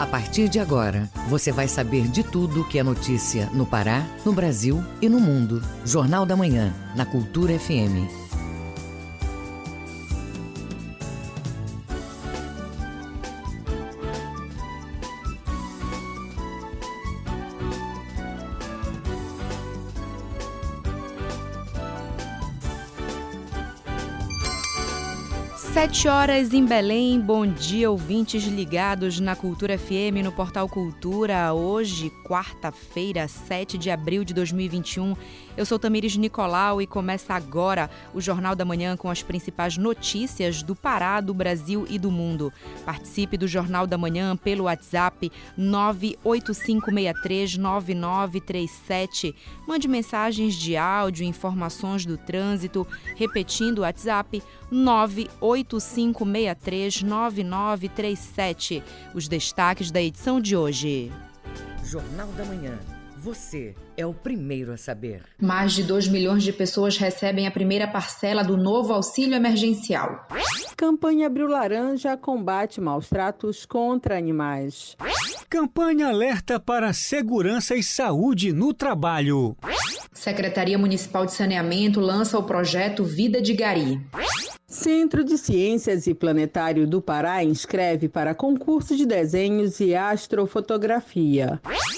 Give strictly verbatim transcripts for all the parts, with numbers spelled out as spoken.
A partir de agora, você vai saber de tudo que é notícia no Pará, no Brasil e no mundo. Jornal da Manhã, na Cultura F M. Sete horas em Belém, bom dia ouvintes ligados na Cultura F M, no Portal Cultura, hoje, quarta-feira, sete de abril de dois mil e vinte e um. Eu sou Tamires Nicolau e começa agora o Jornal da Manhã com as principais notícias do Pará, do Brasil e do mundo. Participe do Jornal da Manhã pelo WhatsApp nove oito cinco seis três nove nove três sete. Mande mensagens de áudio, informações do trânsito, repetindo o WhatsApp nove oito cinco seis três nove nove três sete. Os destaques da edição de hoje. Jornal da Manhã. Você é o primeiro a saber. Mais de dois milhões de pessoas recebem a primeira parcela do novo auxílio emergencial. Campanha Abril Laranja combate maus tratos contra animais. Campanha alerta para segurança e saúde no trabalho. Secretaria Municipal de Saneamento lança o projeto Vida de Gari. Centro de Ciências e Planetário do Pará inscreve para concurso de desenhos e astrofotografia.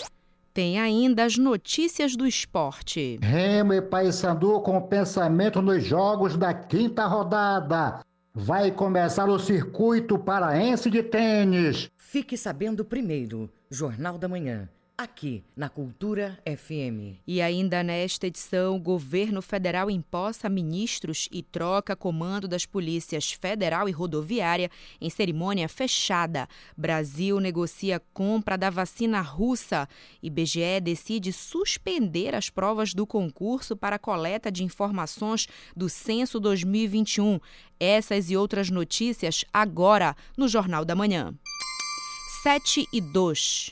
Tem ainda as notícias do esporte. Remo e Paysandu com pensamento nos jogos da quinta rodada. Vai começar o circuito paraense de tênis. Fique sabendo primeiro, Jornal da Manhã, aqui na Cultura F M. E ainda nesta edição, o governo federal empossa ministros e troca comando das polícias federal e rodoviária em cerimônia fechada. Brasil negocia compra da vacina russa. I B G E decide suspender as provas do concurso para coleta de informações do Censo dois mil e vinte e um. Essas e outras notícias agora no Jornal da Manhã. sete e dois.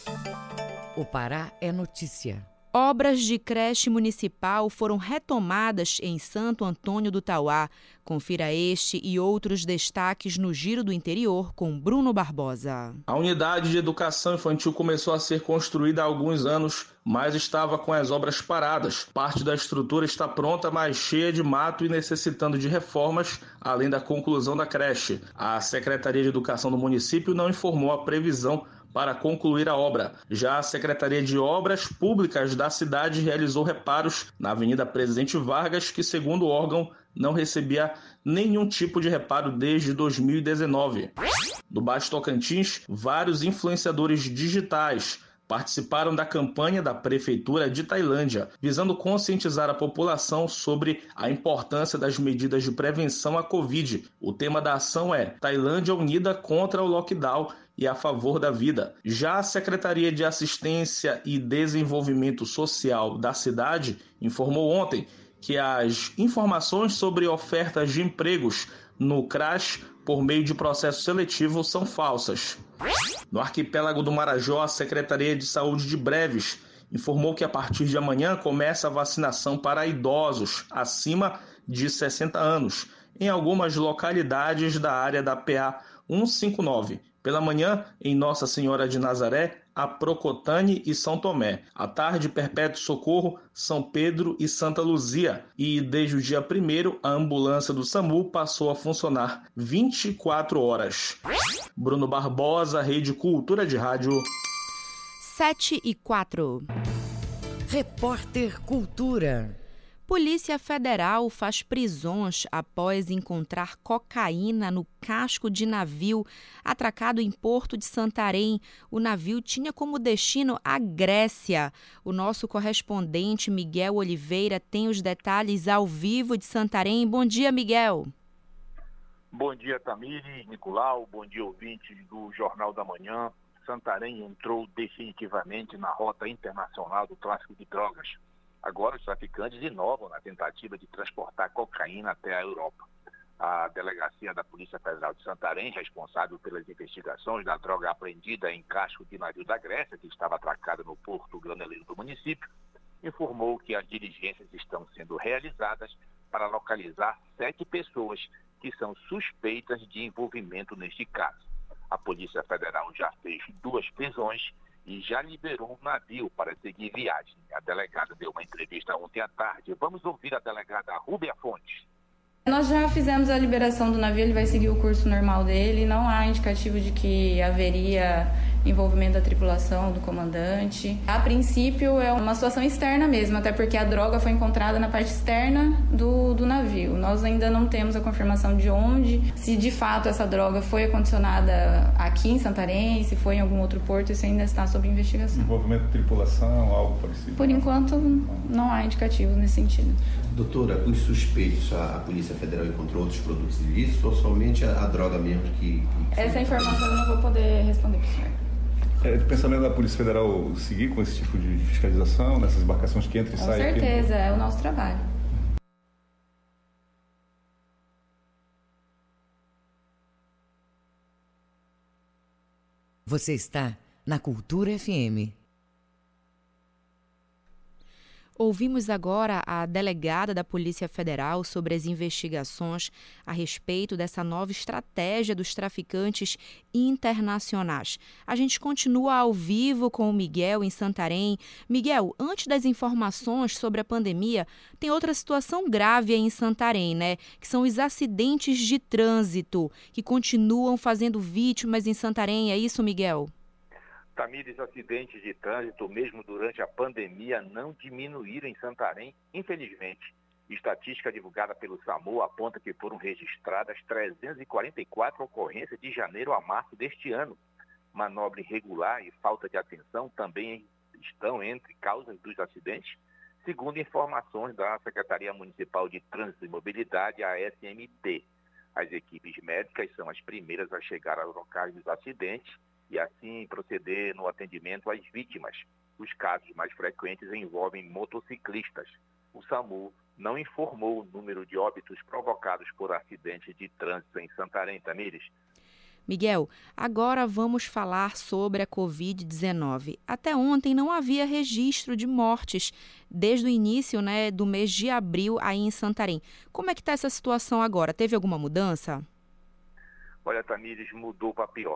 O Pará é notícia. Obras de creche municipal foram retomadas em Santo Antônio do Tauá. Confira este e outros destaques no Giro do Interior com Bruno Barbosa. A unidade de educação infantil começou a ser construída há alguns anos, mas estava com as obras paradas. Parte da estrutura está pronta, mas cheia de mato e necessitando de reformas, além da conclusão da creche. A Secretaria de Educação do município não informou a previsão para concluir a obra. Já a Secretaria de Obras Públicas da cidade realizou reparos na Avenida Presidente Vargas, que, segundo o órgão, não recebia nenhum tipo de reparo desde dois mil e dezenove. No Baixo Tocantins, vários influenciadores digitais participaram da campanha da Prefeitura de Tailândia, visando conscientizar a população sobre a importância das medidas de prevenção à Covid. O tema da ação é Tailândia Unida contra o Lockdown e a favor da vida. Já a Secretaria de Assistência e Desenvolvimento Social da cidade informou ontem que as informações sobre ofertas de empregos no CRAS por meio de processo seletivo são falsas. No arquipélago do Marajó, a Secretaria de Saúde de Breves informou que a partir de amanhã começa a vacinação para idosos acima de sessenta anos, em algumas localidades da área da P A cento e cinquenta e nove. Pela manhã, em Nossa Senhora de Nazaré, Aprocotane e São Tomé. À tarde, Perpétuo Socorro, São Pedro e Santa Luzia. E desde o dia primeiro, a ambulância do SAMU passou a funcionar vinte e quatro horas. Bruno Barbosa, Rede Cultura de Rádio. sete e quatro. Repórter Cultura. Polícia Federal faz prisões após encontrar cocaína no casco de navio atracado em Porto de Santarém. O navio tinha como destino a Grécia. O nosso correspondente Miguel Oliveira tem os detalhes ao vivo de Santarém. Bom dia, Miguel. Bom dia, Tamires, Nicolau. Bom dia, ouvintes do Jornal da Manhã. Santarém entrou definitivamente na rota internacional do tráfico de drogas. Agora os traficantes inovam na tentativa de transportar cocaína até a Europa. A delegacia da Polícia Federal de Santarém, responsável pelas investigações da droga apreendida em casco de navio da Grécia, que estava atracada no porto graneleiro do município, informou que as diligências estão sendo realizadas para localizar sete pessoas que são suspeitas de envolvimento neste caso. A Polícia Federal já fez duas prisões e já liberou um navio para seguir viagem. A delegada deu uma entrevista ontem à tarde. Vamos ouvir a delegada Rúbia Fontes. Nós já fizemos a liberação do navio, ele vai seguir o curso normal dele, não há indicativo de que haveria envolvimento da tripulação, do comandante. A princípio é uma situação externa mesmo, até porque a droga foi encontrada na parte externa do, do navio. Nós ainda não temos a confirmação de onde, se de fato essa droga foi acondicionada aqui em Santarém, se foi em algum outro porto, isso ainda está sob investigação. Envolvimento de tripulação, algo parecido? Por enquanto não há indicativos nesse sentido. Doutora, os suspeitos, a Polícia Federal encontrou outros produtos ilícitos ou somente a, a droga mesmo que... que Essa informação eu não vou poder responder para o senhor. É de pensamento da Polícia Federal seguir com esse tipo de fiscalização nessas embarcações que entram e saem aqui? Com certeza, é o nosso trabalho. Você está na Cultura F M. Ouvimos agora a delegada da Polícia Federal sobre as investigações a respeito dessa nova estratégia dos traficantes internacionais. A gente continua ao vivo com o Miguel em Santarém. Miguel, antes das informações sobre a pandemia, tem outra situação grave aí em Santarém, né? Que são os acidentes de trânsito, que continuam fazendo vítimas em Santarém. É isso, Miguel? Tamires, acidentes de trânsito, mesmo durante a pandemia, não diminuíram em Santarém, infelizmente. Estatística divulgada pelo SAMU aponta que foram registradas trezentas e quarenta e quatro ocorrências de janeiro a março deste ano. Manobra irregular e falta de atenção também estão entre causas dos acidentes, segundo informações da Secretaria Municipal de Trânsito e Mobilidade, a S M T. As equipes médicas são as primeiras a chegar aos locais dos acidentes e assim proceder no atendimento às vítimas. Os casos mais frequentes envolvem motociclistas. O SAMU não informou o número de óbitos provocados por acidentes de trânsito em Santarém, Tamires. Miguel, agora vamos falar sobre a covid dezenove. Até ontem não havia registro de mortes desde o início, né, do mês de abril aí em Santarém. Como é que está essa situação agora? Teve alguma mudança? Olha, Tamires, mudou para pior.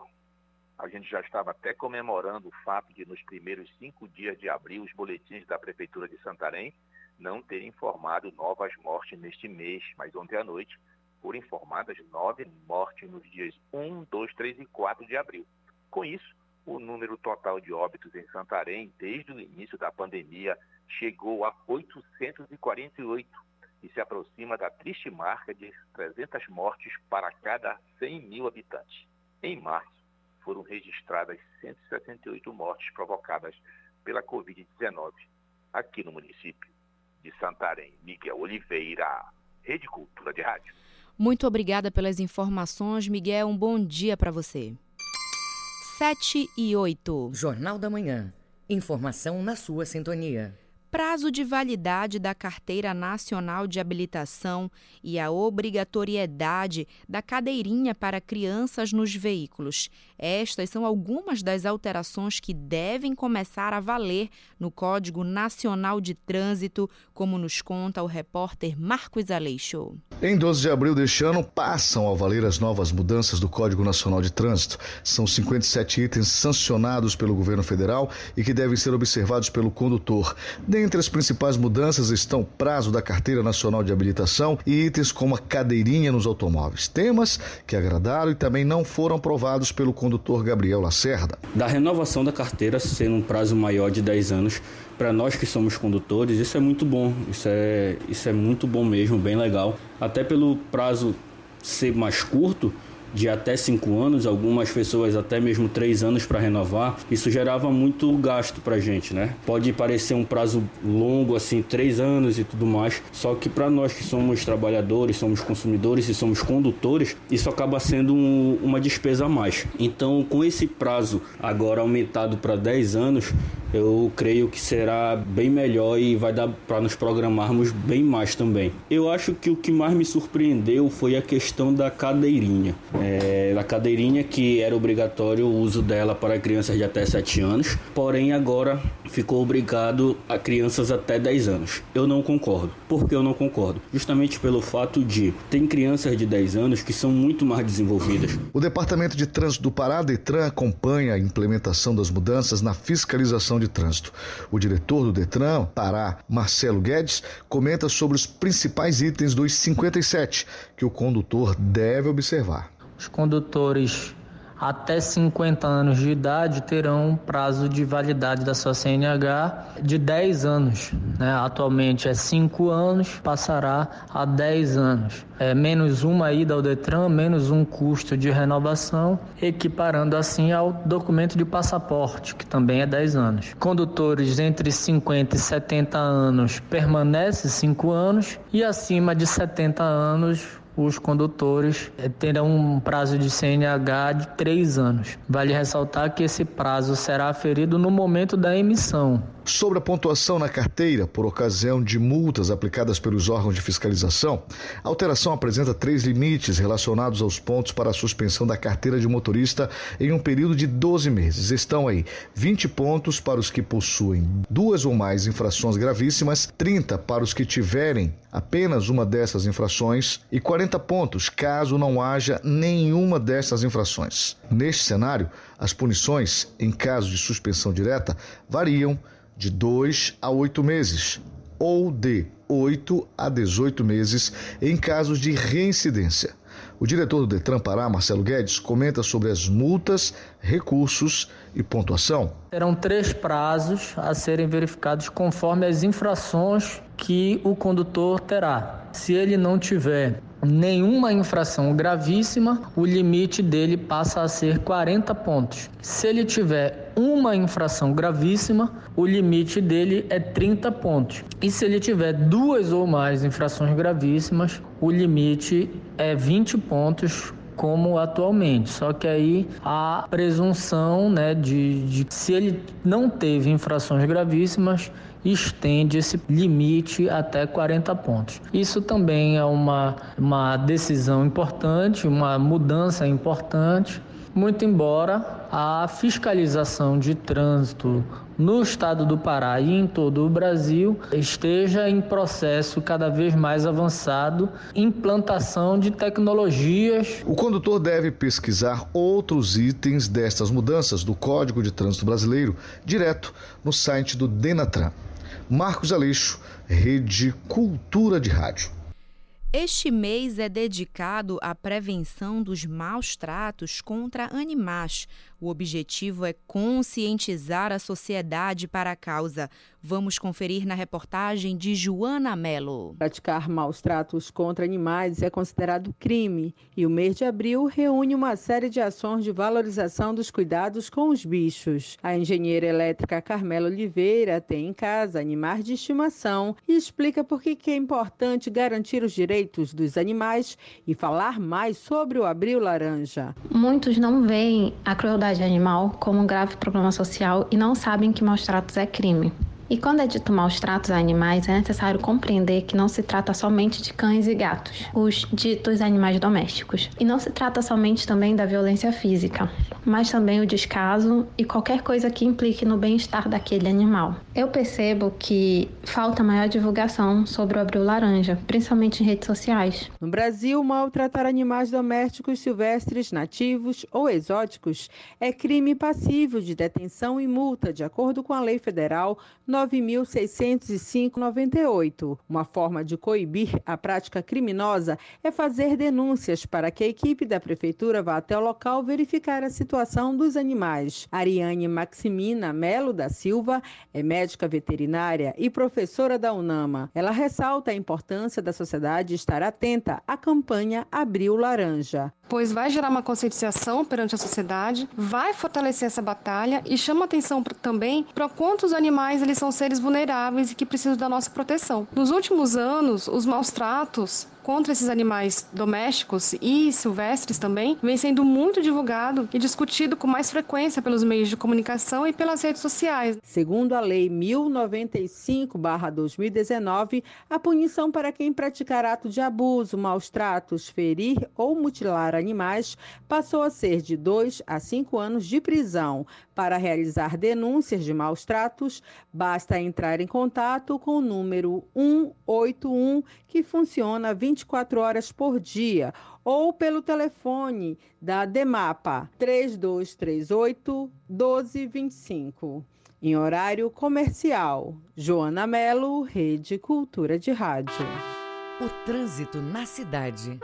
A gente já estava até comemorando o fato de, nos primeiros cinco dias de abril, os boletins da Prefeitura de Santarém não terem informado novas mortes neste mês. Mas ontem à noite foram informadas nove mortes nos dias um, dois, três e quatro de abril. Com isso, o número total de óbitos em Santarém, desde o início da pandemia, chegou a oitocentos e quarenta e oito e se aproxima da triste marca de trezentas mortes para cada cem mil habitantes. Em março, foram registradas cento e sessenta e oito mortes provocadas pela covid dezenove. Aqui no município de Santarém, Miguel Oliveira, Rede Cultura de Rádio. Muito obrigada pelas informações, Miguel. Um bom dia para você. sete e oito. Jornal da Manhã. Informação na sua sintonia. Prazo de validade da Carteira Nacional de Habilitação e a obrigatoriedade da cadeirinha para crianças nos veículos. Estas são algumas das alterações que devem começar a valer no Código Nacional de Trânsito, como nos conta o repórter Marcos Aleixo. Em doze de abril deste ano, passam a valer as novas mudanças do Código Nacional de Trânsito. São cinquenta e sete itens sancionados pelo governo federal e que devem ser observados pelo condutor. Dentre as principais mudanças estão o prazo da Carteira Nacional de Habilitação e itens como a cadeirinha nos automóveis. Temas que agradaram e também não foram aprovados pelo condutor Gabriel Lacerda. Da renovação da carteira sendo um prazo maior de dez anos, para nós que somos condutores, isso é muito bom. Isso é, isso é muito bom mesmo, bem legal. Até pelo prazo ser mais curto, de até cinco anos, algumas pessoas até mesmo três anos para renovar, isso gerava muito gasto para a gente, né? Pode parecer um prazo longo, assim, três anos e tudo mais, só que para nós que somos trabalhadores, somos consumidores e somos condutores, isso acaba sendo um, uma despesa a mais. Então, com esse prazo agora aumentado para dez anos, eu creio que será bem melhor e vai dar para nos programarmos bem mais também. Eu acho que o que mais me surpreendeu foi a questão da cadeirinha. É, cadeirinha, que era obrigatório o uso dela para crianças de até sete anos, porém agora ficou obrigado a crianças até dez anos. Eu não concordo. Por que eu não concordo? Justamente pelo fato de tem crianças de dez anos que são muito mais desenvolvidas. O Departamento de Trânsito do Pará, DETRAN, acompanha a implementação das mudanças na fiscalização de trânsito. O diretor do DETRAN, Pará, Marcelo Guedes, comenta sobre os principais itens dos cinquenta e sete que o condutor deve observar. Os condutores até cinquenta anos de idade terão um prazo de validade da sua C N H de dez anos. Né? Atualmente é cinco anos, passará a dez anos. É menos uma ida ao DETRAN, menos um custo de renovação, equiparando assim ao documento de passaporte, que também é dez anos. Condutores entre cinquenta e setenta anos permanece cinco anos e acima de setenta anos os condutores terão um prazo de C N H de três anos. Vale ressaltar que esse prazo será aferido no momento da emissão. Sobre a pontuação na carteira por ocasião de multas aplicadas pelos órgãos de fiscalização, a alteração apresenta três limites relacionados aos pontos para a suspensão da carteira de motorista em um período de doze meses. Estão aí vinte pontos para os que possuem duas ou mais infrações gravíssimas, trinta para os que tiverem apenas uma dessas infrações e quarenta pontos caso não haja nenhuma dessas infrações. Neste cenário, as punições, em caso de suspensão direta, variam de dois a oito meses ou de oito a dezoito meses em casos de reincidência. O diretor do DETRAN Pará, Marcelo Guedes, comenta sobre as multas, recursos e pontuação. Terão três prazos a serem verificados conforme as infrações que o condutor terá. Se ele não tiver nenhuma infração gravíssima, o limite dele passa a ser quarenta pontos. Se ele tiver uma infração gravíssima, o limite dele é trinta pontos. E se ele tiver duas ou mais infrações gravíssimas, o limite é vinte pontos, como atualmente. Só que aí a presunção, né, de, de se ele não teve infrações gravíssimas, estende esse limite até quarenta pontos. Isso também é uma, uma decisão importante, uma mudança importante, muito embora a fiscalização de trânsito no estado do Pará e em todo o Brasil esteja em processo cada vez mais avançado, implantação de tecnologias. O condutor deve pesquisar outros itens destas mudanças do Código de Trânsito Brasileiro direto no site do Denatran. Marcos Aleixo, Rede Cultura de Rádio. Este mês é dedicado à prevenção dos maus tratos contra animais. O objetivo é conscientizar a sociedade para a causa. Vamos conferir na reportagem de Joana Mello. Praticar maus tratos contra animais é considerado crime e o mês de abril reúne uma série de ações de valorização dos cuidados com os bichos. A engenheira elétrica Carmela Oliveira tem em casa animais de estimação e explica por que é importante garantir os direitos dos animais e falar mais sobre o Abril Laranja. Muitos não veem a crueldade animal como um grave problema social e não sabem que maus tratos é crime. E quando é dito maus tratos a animais, é necessário compreender que não se trata somente de cães e gatos, os ditos animais domésticos. E não se trata somente também da violência física, mas também o descaso e qualquer coisa que implique no bem-estar daquele animal. Eu percebo que falta maior divulgação sobre o Abril Laranja, principalmente em redes sociais. No Brasil, maltratar animais domésticos silvestres, nativos ou exóticos é crime passível de detenção e multa, de acordo com a Lei Federal nove mil seiscentos e cinco barra noventa e oito. Uma forma de coibir a prática criminosa é fazer denúncias para que a equipe da prefeitura vá até o local verificar a situação dos animais. Ariane Maximina Melo da Silva é médica veterinária e professora da UNAMA. Ela ressalta a importância da sociedade estar atenta à campanha Abril Laranja. Pois vai gerar uma conscientização perante a sociedade, vai fortalecer essa batalha e chama atenção também para quantos animais eles são seres vulneráveis e que precisam da nossa proteção. Nos últimos anos, os maus tratos contra esses animais domésticos e silvestres também vem sendo muito divulgado e discutido com mais frequência pelos meios de comunicação e pelas redes sociais. Segundo a Lei mil novecentos e cinco barra dois mil e dezenove, a punição para quem praticar ato de abuso, maus tratos, ferir ou mutilar animais passou a ser de dois a cinco anos de prisão. Para realizar denúncias de maus tratos, basta entrar em contato com o número um oito um, que funciona vinte e quatro horas por dia, ou pelo telefone da DEMAPA três dois três oito, um dois dois cinco. Em horário comercial. Joana Melo, Rede Cultura de Rádio. O trânsito na cidade.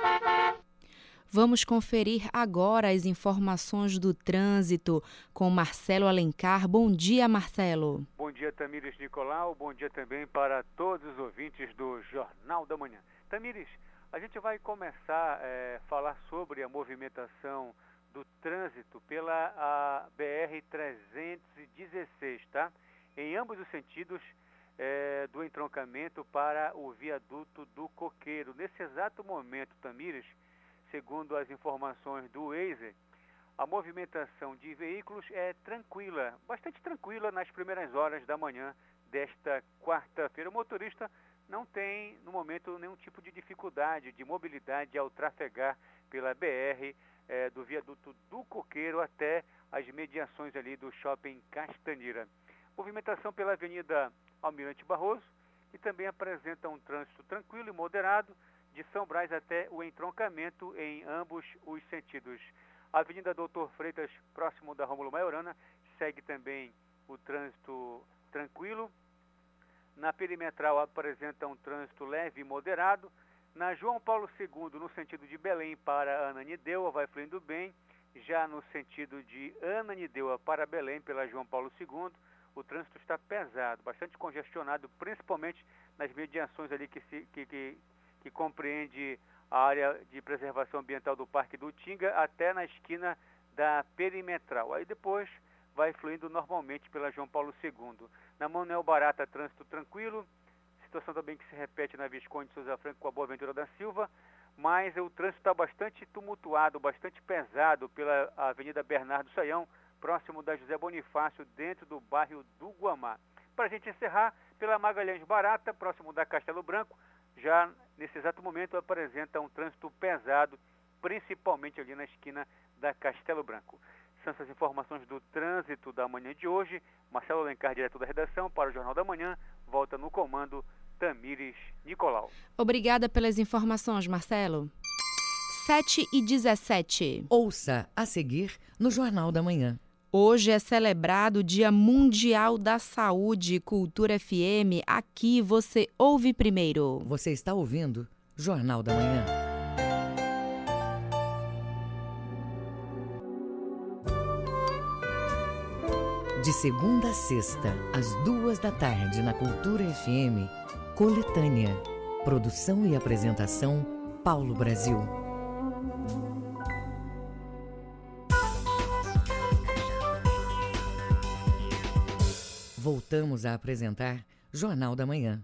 Vamos conferir agora as informações do trânsito com Marcelo Alencar. Bom dia, Marcelo. Bom dia, Tamires Nicolau. Bom dia também para todos os ouvintes do Jornal da Manhã. Tamires, a gente vai começar a é, falar sobre a movimentação do trânsito pela a B R trezentos e dezesseis, tá? Em ambos os sentidos é, do entroncamento para o viaduto do Coqueiro. Nesse exato momento, Tamires, segundo as informações do Waze, a movimentação de veículos é tranquila, bastante tranquila nas primeiras horas da manhã desta quarta-feira. O motorista não tem, no momento, nenhum tipo de dificuldade de mobilidade ao trafegar pela B R é, do viaduto do Coqueiro até as mediações ali do Shopping Castanheira. Movimentação pela Avenida Almirante Barroso, que também apresenta um trânsito tranquilo e moderado, de São Brás até o entroncamento em ambos os sentidos. A Avenida Doutor Freitas, próximo da Rômulo Maiorana, segue também o trânsito tranquilo. Na perimetral apresenta um trânsito leve e moderado. Na João Paulo segundo, no sentido de Belém para Ananindeua, vai fluindo bem. Já no sentido de Ananindeua para Belém, pela João Paulo segundo, o trânsito está pesado, bastante congestionado, principalmente nas mediações ali que se... Que, que, que compreende a área de preservação ambiental do Parque do Tinga até na esquina da perimetral. Aí depois vai fluindo normalmente pela João Paulo segundo. Na Manuel Barata, trânsito tranquilo, situação também que se repete na Visconde Souza Franco com a Boa Ventura da Silva, mas o trânsito está bastante tumultuado, bastante pesado pela Avenida Bernardo Saião, próximo da José Bonifácio, dentro do bairro do Guamá. Para a gente encerrar, pela Magalhães Barata, próximo da Castelo Branco, já nesse exato momento apresenta um trânsito pesado, principalmente ali na esquina da Castelo Branco. São essas informações do trânsito da manhã de hoje. Marcelo Alencar, direto da redação, para o Jornal da Manhã. Volta no comando Tamires Nicolau. Obrigada pelas informações, Marcelo. sete e dezessete. Ouça a seguir no Jornal da Manhã. Hoje é celebrado o Dia Mundial da Saúde. Cultura F M, aqui você ouve primeiro. Você está ouvindo Jornal da Manhã. De segunda a sexta, às duas da tarde, na Cultura F M, Coletânea. Produção e apresentação, Paulo Brasil. Voltamos a apresentar Jornal da Manhã.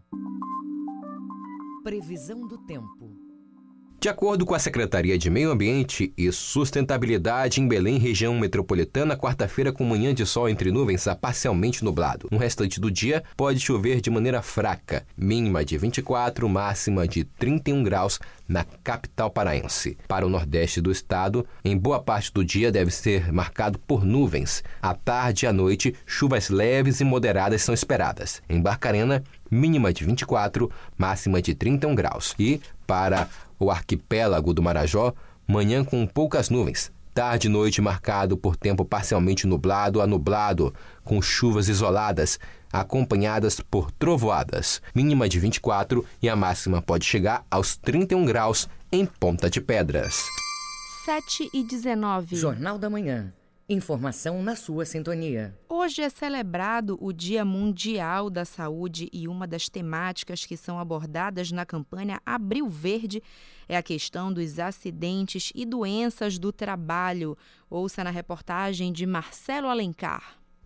Previsão do tempo. De acordo com a Secretaria de Meio Ambiente e Sustentabilidade, em Belém, região metropolitana, quarta-feira com manhã de sol entre nuvens a parcialmente nublado. No restante do dia, pode chover de maneira fraca, mínima de vinte e quatro, máxima de trinta e um graus na capital paraense. Para o nordeste do estado, em boa parte do dia deve ser marcado por nuvens. À tarde e à noite, chuvas leves e moderadas são esperadas. Em Barcarena, mínima de vinte e quatro, máxima de trinta e um graus. E, para o arquipélago do Marajó, manhã com poucas nuvens. Tarde e noite marcado por tempo parcialmente nublado a nublado, com chuvas isoladas, acompanhadas por trovoadas. Mínima de vinte e quatro e a máxima pode chegar aos trinta e um graus em Ponta de Pedras. sete e dezenove. Jornal da Manhã. Informação na sua sintonia. Hoje é celebrado o Dia Mundial da Saúde e uma das temáticas que são abordadas na campanha Abril Verde é a questão dos acidentes e doenças do trabalho. Ouça na reportagem de Marcelo Alencar.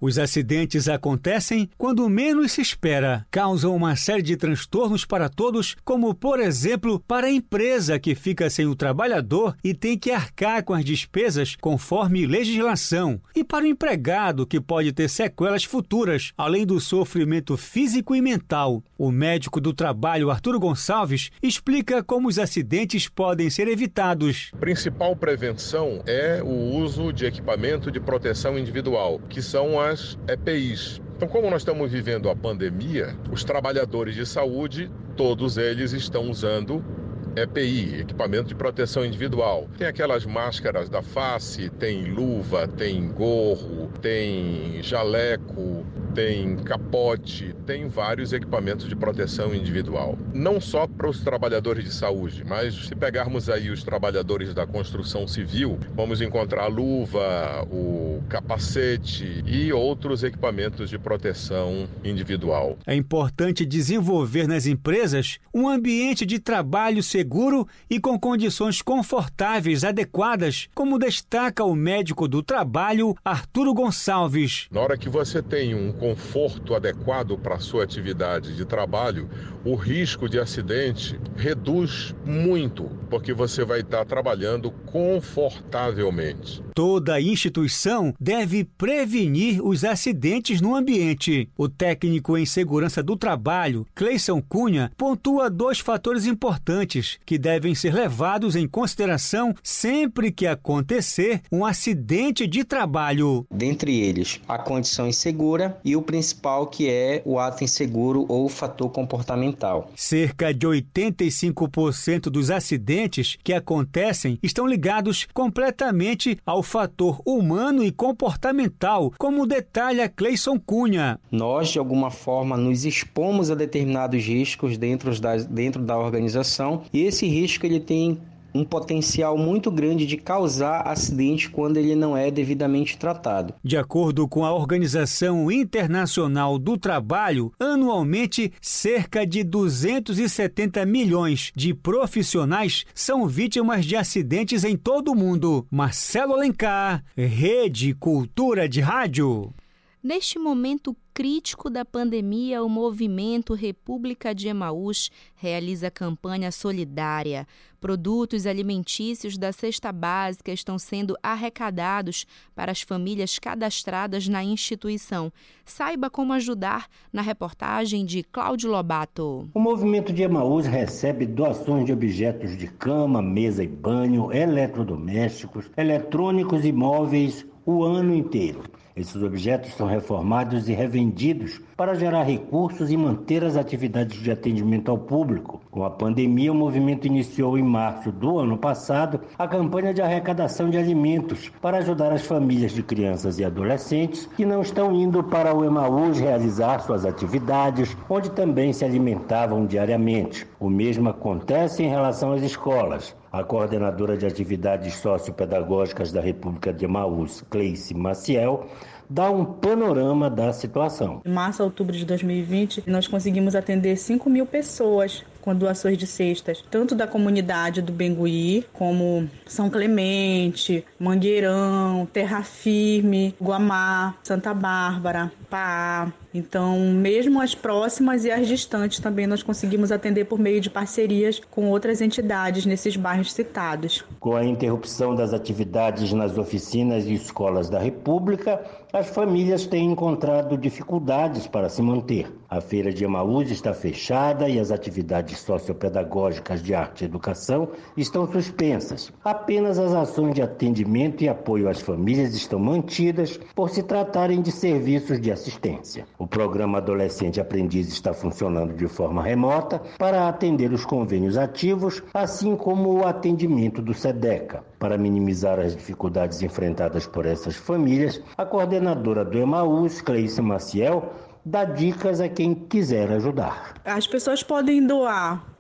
Os acidentes acontecem quando menos se espera, causam uma série de transtornos para todos, como, por exemplo, para a empresa que fica sem o trabalhador e tem que arcar com as despesas conforme legislação, e para o empregado que pode ter sequelas futuras, além do sofrimento físico e mental. O médico do trabalho, Arturo Gonçalves, explica como os acidentes podem ser evitados. A principal prevenção é o uso de equipamento de proteção individual, que são as E P Is. Então, como nós estamos vivendo a pandemia, os trabalhadores de saúde, todos eles estão usando E P I, equipamento de proteção individual. Tem aquelas máscaras da face, tem luva, tem gorro, tem jaleco, tem capote, tem vários equipamentos de proteção individual. Não só para os trabalhadores de saúde, mas se pegarmos aí os trabalhadores da construção civil, vamos encontrar a luva, o capacete e outros equipamentos de proteção individual. É importante desenvolver nas empresas um ambiente de trabalho seguro e com condições confortáveis adequadas, como destaca o médico do trabalho, Arturo Gonçalves. Na hora que você tem um conforto adequado para a sua atividade de trabalho, o risco de acidente reduz muito, porque você vai estar trabalhando confortavelmente. Toda instituição deve prevenir os acidentes no ambiente. O técnico em segurança do trabalho, Cleison Cunha, pontua dois fatores importantes que devem ser levados em consideração sempre que acontecer um acidente de trabalho. Dentre eles, a condição insegura e o principal, que é o ato inseguro ou fator comportamental. Cerca de oitenta e cinco por cento dos acidentes que acontecem estão ligados completamente ao fator humano e comportamental, como detalha Cleison Cunha. Nós, de alguma forma, nos expomos a determinados riscos dentro da, dentro da organização, e esse risco ele tem um potencial muito grande de causar acidente quando ele não é devidamente tratado. De acordo com a Organização Internacional do Trabalho, anualmente cerca de duzentos e setenta milhões de profissionais são vítimas de acidentes em todo o mundo. Marcelo Alencar, Rede Cultura de Rádio. Neste momento crítico da pandemia, o movimento República de Emaús realiza campanha solidária. Produtos alimentícios da cesta básica estão sendo arrecadados para as famílias cadastradas na instituição. Saiba como ajudar na reportagem de Cláudio Lobato. O movimento de Emaús recebe doações de objetos de cama, mesa e banho, eletrodomésticos, eletrônicos e móveis o ano inteiro. Esses objetos são reformados e revendidos para gerar recursos e manter as atividades de atendimento ao público. Com a pandemia, o movimento iniciou em março do ano passado a campanha de arrecadação de alimentos para ajudar as famílias de crianças e adolescentes que não estão indo para o Emaús realizar suas atividades, onde também se alimentavam diariamente. O mesmo acontece em relação às escolas. A coordenadora de atividades sociopedagógicas da República de Emaús, Cleice Maciel, dá um panorama da situação. Em março a outubro de dois mil e vinte, nós conseguimos atender cinco mil pessoas com doações de cestas, tanto da comunidade do Bengui, como São Clemente, Mangueirão, Terra Firme, Guamá, Santa Bárbara, Pá. Então, mesmo as próximas e as distantes também nós conseguimos atender por meio de parcerias com outras entidades nesses bairros citados. Com a interrupção das atividades nas oficinas e escolas da República, as famílias têm encontrado dificuldades para se manter. A Feira de Emaús está fechada e as atividades sociopedagógicas de arte e educação estão suspensas. Apenas as ações de atendimento e apoio às famílias estão mantidas por se tratarem de serviços de assistência. O programa Adolescente Aprendiz está funcionando de forma remota para atender os convênios ativos, assim como o atendimento do SEDECA. Para minimizar as dificuldades enfrentadas por essas famílias, a coordenadora do Emaús, Cleice Maciel, dá dicas a quem quiser ajudar. As pessoas podem doar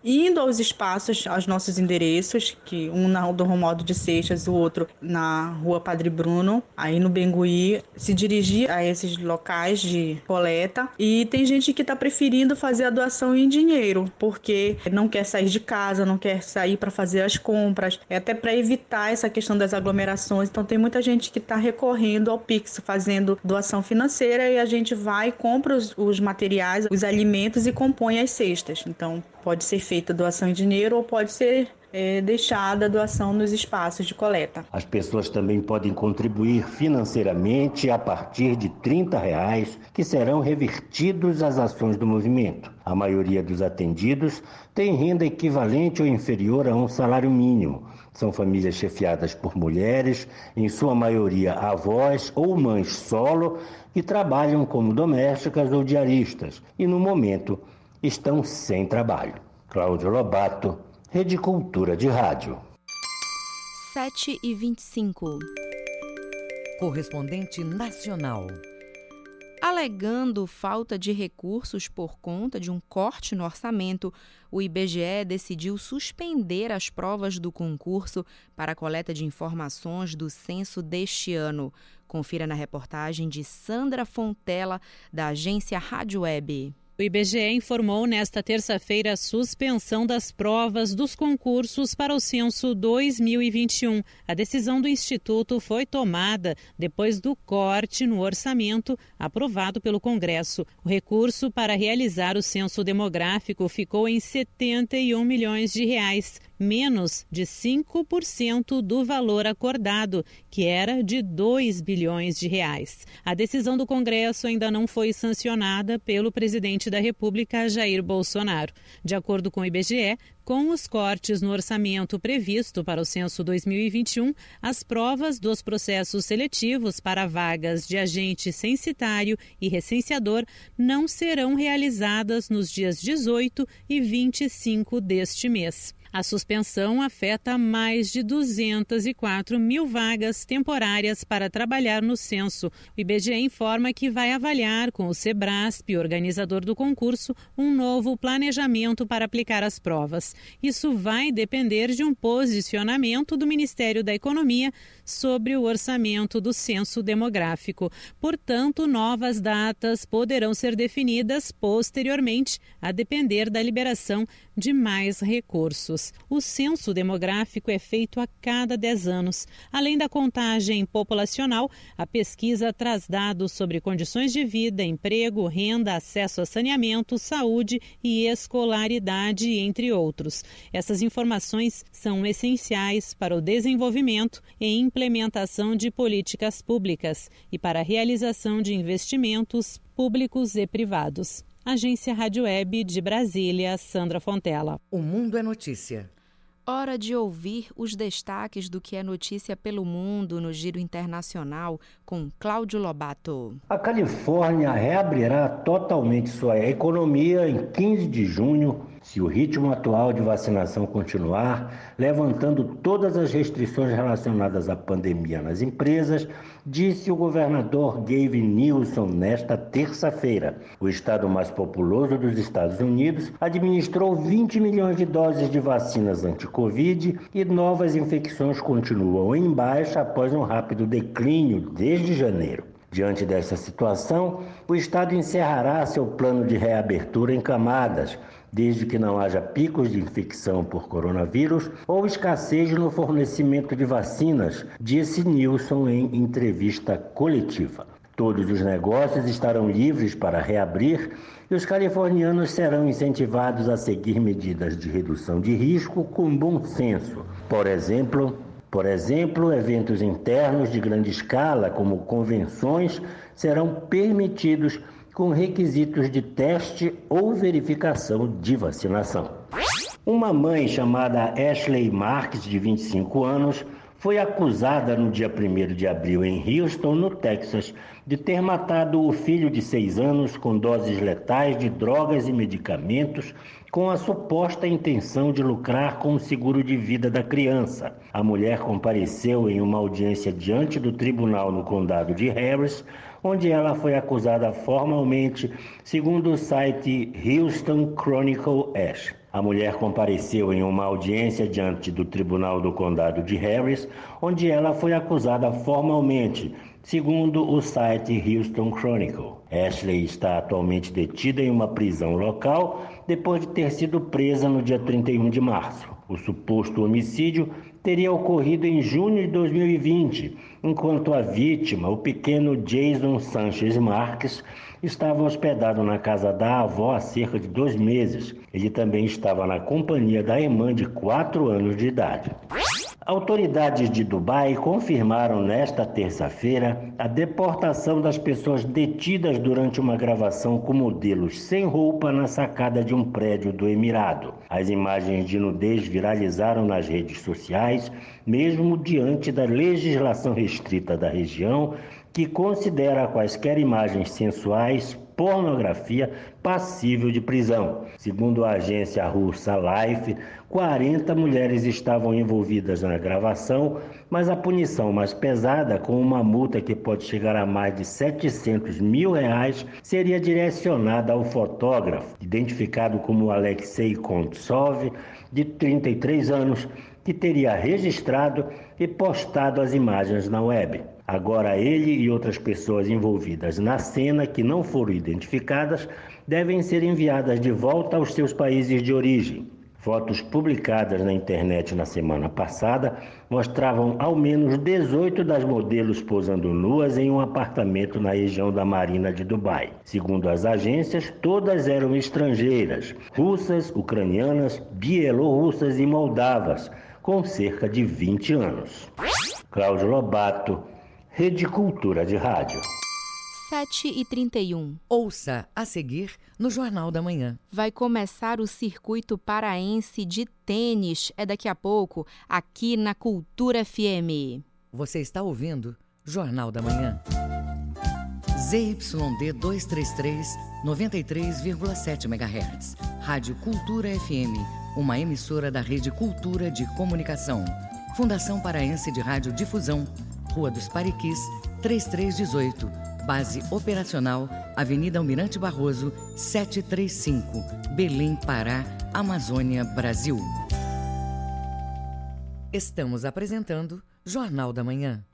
indo aos espaços, aos nossos endereços, que um na Rua do Romualdo de Seixas, o outro na Rua Padre Bruno, aí no Bengui, se dirigir a esses locais de coleta. E tem gente que está preferindo fazer a doação em dinheiro, porque não quer sair de casa, não quer sair para fazer as compras, é até para evitar essa questão das aglomerações. Então tem muita gente que está recorrendo ao Pix, fazendo doação financeira, e a gente vai, compra os, os materiais, os alimentos e compõe as cestas. Então pode ser feita doação em dinheiro ou pode ser é, deixada a doação nos espaços de coleta. As pessoas também podem contribuir financeiramente a partir de trinta reais, que serão revertidos às ações do movimento. A maioria dos atendidos tem renda equivalente ou inferior a um salário mínimo. São famílias chefiadas por mulheres, em sua maioria avós ou mães solo, que trabalham como domésticas ou diaristas e, no momento, estão sem trabalho. Cláudio Lobato, Rede Cultura de Rádio. sete e vinte e cinco. Correspondente nacional. Alegando falta de recursos por conta de um corte no orçamento, o I B G E decidiu suspender as provas do concurso para a coleta de informações do censo deste ano. Confira na reportagem de Sandra Fontela, da agência Rádio Web. O I B G E informou nesta terça-feira a suspensão das provas dos concursos para o censo dois mil e vinte e um. A decisão do Instituto foi tomada depois do corte no orçamento aprovado pelo Congresso. O recurso para realizar o censo demográfico ficou em setenta e um milhões de reais, menos de cinco por cento do valor acordado, que era de dois bilhões de reais. A decisão do Congresso ainda não foi sancionada pelo presidente da República, Jair Bolsonaro. De acordo com o I B G E, com os cortes no orçamento previsto para o censo dois mil e vinte e um, as provas dos processos seletivos para vagas de agente censitário e recenseador não serão realizadas nos dias dezoito e vinte e cinco deste mês. A suspensão afeta mais de duzentas e quatro mil vagas temporárias para trabalhar no censo. O I B G E informa que vai avaliar com o Sebrasp, organizador do concurso, um novo planejamento para aplicar as provas. Isso vai depender de um posicionamento do Ministério da Economia sobre o orçamento do censo demográfico. Portanto, novas datas poderão ser definidas posteriormente, a depender da liberação de mais recursos. O censo demográfico é feito a cada dez anos. Além da contagem populacional, a pesquisa traz dados sobre condições de vida, emprego, renda, acesso a saneamento, saúde e escolaridade, entre outros. Essas informações são essenciais para o desenvolvimento e implementação de políticas públicas e para a realização de investimentos públicos e privados. Agência Rádio Web de Brasília, Sandra Fontela. O Mundo é Notícia. Hora de ouvir os destaques do que é notícia pelo mundo no Giro Internacional com Cláudio Lobato. A Califórnia reabrirá totalmente sua economia em quinze de junho, se o ritmo atual de vacinação continuar, levantando todas as restrições relacionadas à pandemia nas empresas, disse o governador Gavin Newsom nesta terça-feira. O estado mais populoso dos Estados Unidos administrou vinte milhões de doses de vacinas anti-Covid e novas infecções continuam em baixa após um rápido declínio desde janeiro. Diante dessa situação, o estado encerrará seu plano de reabertura em camadas, desde que não haja picos de infecção por coronavírus ou escassez no fornecimento de vacinas, disse Newsom em entrevista coletiva. Todos os negócios estarão livres para reabrir e os californianos serão incentivados a seguir medidas de redução de risco com bom senso. Por exemplo, por exemplo, eventos internos de grande escala, como convenções, serão permitidos com requisitos de teste ou verificação de vacinação. Uma mãe chamada Ashley Marques, de vinte e cinco anos, foi acusada no dia primeiro de abril em Houston, no Texas, de ter matado o filho de seis anos com doses letais de drogas e medicamentos com a suposta intenção de lucrar com o seguro de vida da criança. A mulher compareceu em uma audiência diante do tribunal no condado de Harris, onde ela foi acusada formalmente, segundo o site Houston Chronicle Ash. A mulher compareceu em uma audiência diante do Tribunal do Condado de Harris, onde ela foi acusada formalmente, segundo o site Houston Chronicle. Ashley está atualmente detida em uma prisão local depois de ter sido presa no dia trinta e um de março. O suposto homicídio teria ocorrido em junho de dois mil e vinte, enquanto a vítima, o pequeno Jason Sanchez Marques, estava hospedado na casa da avó há cerca de dois meses. Ele também estava na companhia da irmã de quatro anos de idade. Autoridades de Dubai confirmaram nesta terça-feira a deportação das pessoas detidas durante uma gravação com modelos sem roupa na sacada de um prédio do Emirado. As imagens de nudez viralizaram nas redes sociais, mesmo diante da legislação restrita da região, que considera quaisquer imagens sensuais, pornografia, passível de prisão. Segundo a agência russa Life, quarenta mulheres estavam envolvidas na gravação, mas a punição mais pesada, com uma multa que pode chegar a mais de setecentos mil reais, seria direcionada ao fotógrafo, identificado como Alexei Kontsov, de trinta e três anos, que teria registrado e postado as imagens na web. Agora ele e outras pessoas envolvidas na cena que não foram identificadas devem ser enviadas de volta aos seus países de origem. Fotos publicadas na internet na semana passada mostravam ao menos dezoito das modelos posando nuas em um apartamento na região da Marina de Dubai. Segundo as agências, todas eram estrangeiras, russas, ucranianas, bielorrussas e moldavas, com cerca de vinte anos. Cláudio Lobato, Rede Cultura de Rádio. sete e trinta e um. Ouça a seguir no Jornal da Manhã. Vai começar o circuito paraense de tênis. É daqui a pouco, aqui na Cultura F M. Você está ouvindo Jornal da Manhã. Z Y D duzentos e trinta e três, noventa e três vírgula sete megahertz. Rádio Cultura F M, uma emissora da Rede Cultura de Comunicação. Fundação Paraense de Rádio Difusão, Rua dos Pariquis, três três um oito. Base operacional, Avenida Almirante Barroso, setecentos e trinta e cinco, Belém, Pará, Amazônia, Brasil. Estamos apresentando Jornal da Manhã.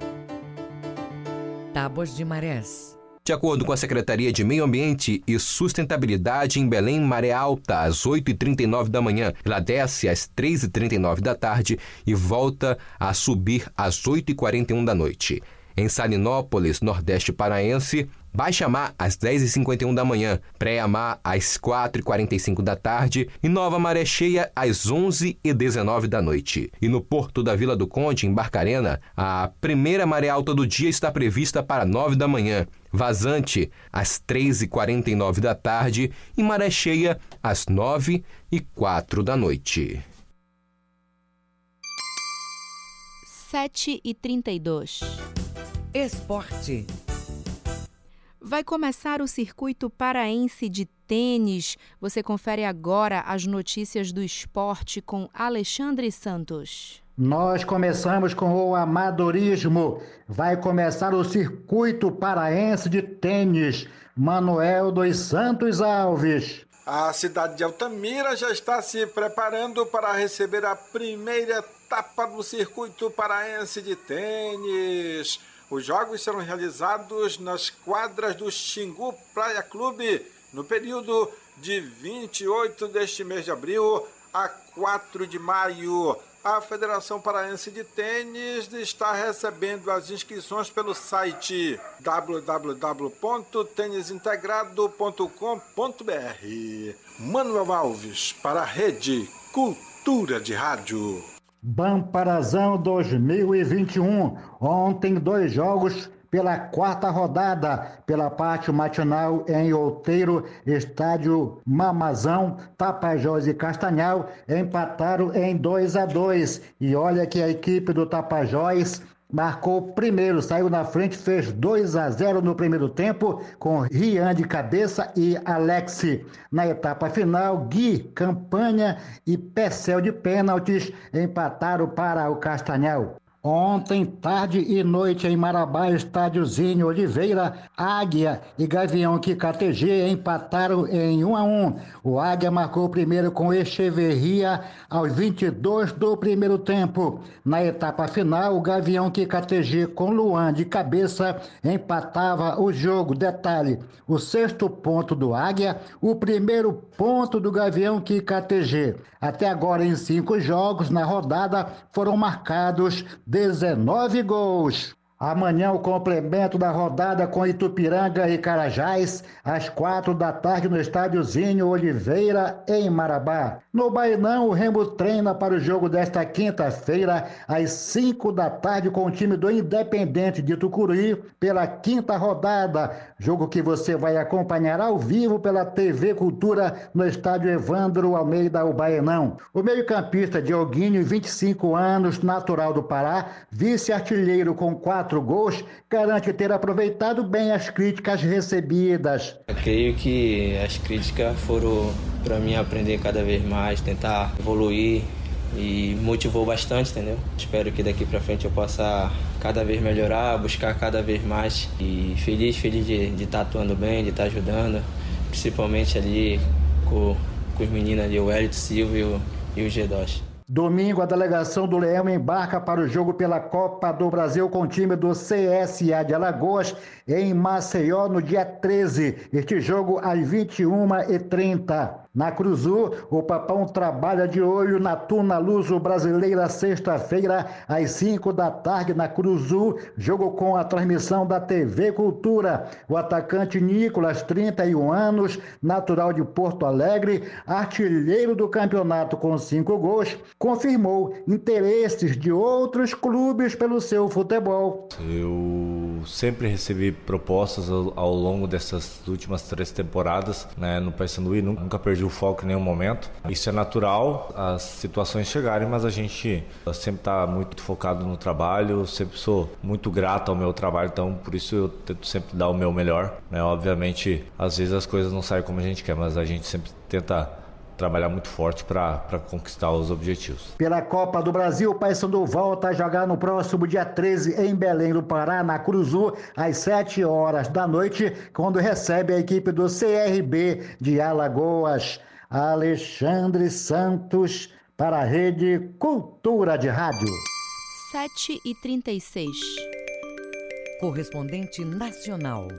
Tábuas de marés. De acordo com a Secretaria de Meio Ambiente e Sustentabilidade, em Belém, maré alta às oito e trinta e nove da manhã. Ela desce às três e trinta e nove da tarde e volta a subir às oito e quarenta e um da noite. Em Salinópolis, Nordeste Paraense, baixa mar às dez e cinquenta e um da manhã, pré-mar às quatro e quarenta e cinco da tarde e nova maré cheia às onze e dezenove da noite. E no Porto da Vila do Conde, em Barcarena, a primeira maré alta do dia está prevista para nove da manhã, vazante às três e quarenta e nove da tarde e maré cheia às nove e quatro da noite. sete e trinta e dois. Esporte. Vai começar o circuito paraense de tênis. Você confere agora as notícias do esporte com Alexandre Santos. Nós começamos com o amadorismo. Vai começar o circuito paraense de tênis. Manuel dos Santos Alves. A cidade de Altamira já está se preparando para receber a primeira etapa do circuito paraense de tênis. Os jogos serão realizados nas quadras do Xingu Praia Clube no período de vinte e oito deste mês de abril a quatro de maio. A Federação Paraense de Tênis está recebendo as inscrições pelo site w w w ponto tênis integrado ponto com ponto b r. Manuel Alves para a Rede Cultura de Rádio. Bamparazão dois mil e vinte e um. Ontem, dois jogos pela quarta rodada. Pela parte matinal em Outeiro, estádio Mamazão, Tapajós e Castanhal empataram em dois a dois. E olha que a equipe do Tapajós marcou primeiro, saiu na frente, fez dois a zero no primeiro tempo, com Rian de cabeça e Alexi. Na etapa final, Gui, Campanha e Pecel de pênaltis empataram para o Castanhal. Ontem, tarde e noite em Marabá, Estádiozinho Oliveira, Águia e Gavião Quicatg empataram em um a um. O Águia marcou primeiro com Echeverria aos vinte e dois do primeiro tempo. Na etapa final, o Gavião Quicatg com Luan de cabeça empatava o jogo. Detalhe, o sexto ponto do Águia, o primeiro ponto do Gavião Quicatg. Até agora, em cinco jogos na rodada, foram marcados dezenove gols. Amanhã o complemento da rodada com Itupiranga e Carajás, às quatro da tarde no Estádiozinho Oliveira, em Marabá. No Bainão, o Remo treina para o jogo desta quinta-feira, às cinco da tarde, com o time do Independente de Tucuruí, pela quinta rodada. Jogo que você vai acompanhar ao vivo pela T V Cultura no estádio Evandro Almeida, o Bainão. O meio-campista Dioguinho, vinte e cinco anos, natural do Pará, vice-artilheiro com quatro gols, garante ter aproveitado bem as críticas recebidas. Eu creio que as críticas foram para mim aprender cada vez mais, tentar evoluir, e motivou bastante, entendeu? Espero que daqui para frente eu possa cada vez melhorar, buscar cada vez mais, e feliz, feliz de, de estar atuando bem, de estar ajudando, principalmente ali com, com os meninos ali, o Wellington Silva e o, e o G dois. Domingo, a delegação do Leão embarca para o jogo pela Copa do Brasil com o time do C S A de Alagoas em Maceió no dia treze. Este jogo às vinte e uma e trinta. Na Cruzu, o Papão trabalha de olho na Tuna Luso Brasileira, sexta-feira, às cinco da tarde, na Cruzu, jogo com a transmissão da T V Cultura. O atacante Nicolas, trinta e um anos, natural de Porto Alegre, artilheiro do campeonato com cinco gols, confirmou interesses de outros clubes pelo seu futebol. Eu sempre recebi propostas ao, ao longo dessas últimas três temporadas, né, no Paysandu, e nunca perdi o foco em nenhum momento. Isso é natural, as situações chegarem, mas a gente sempre está muito focado no trabalho. Eu sempre sou muito grato ao meu trabalho, então por isso eu tento sempre dar o meu melhor, né? Obviamente, às vezes as coisas não saem como a gente quer, mas a gente sempre tenta trabalhar muito forte para conquistar os objetivos. Pela Copa do Brasil, o Paysandu volta a jogar no próximo dia treze em Belém do Pará, na Cruzu, às sete horas da noite, quando recebe a equipe do C R B de Alagoas. Alexandre Santos para a Rede Cultura de Rádio. sete e trinta e seis. Correspondente nacional.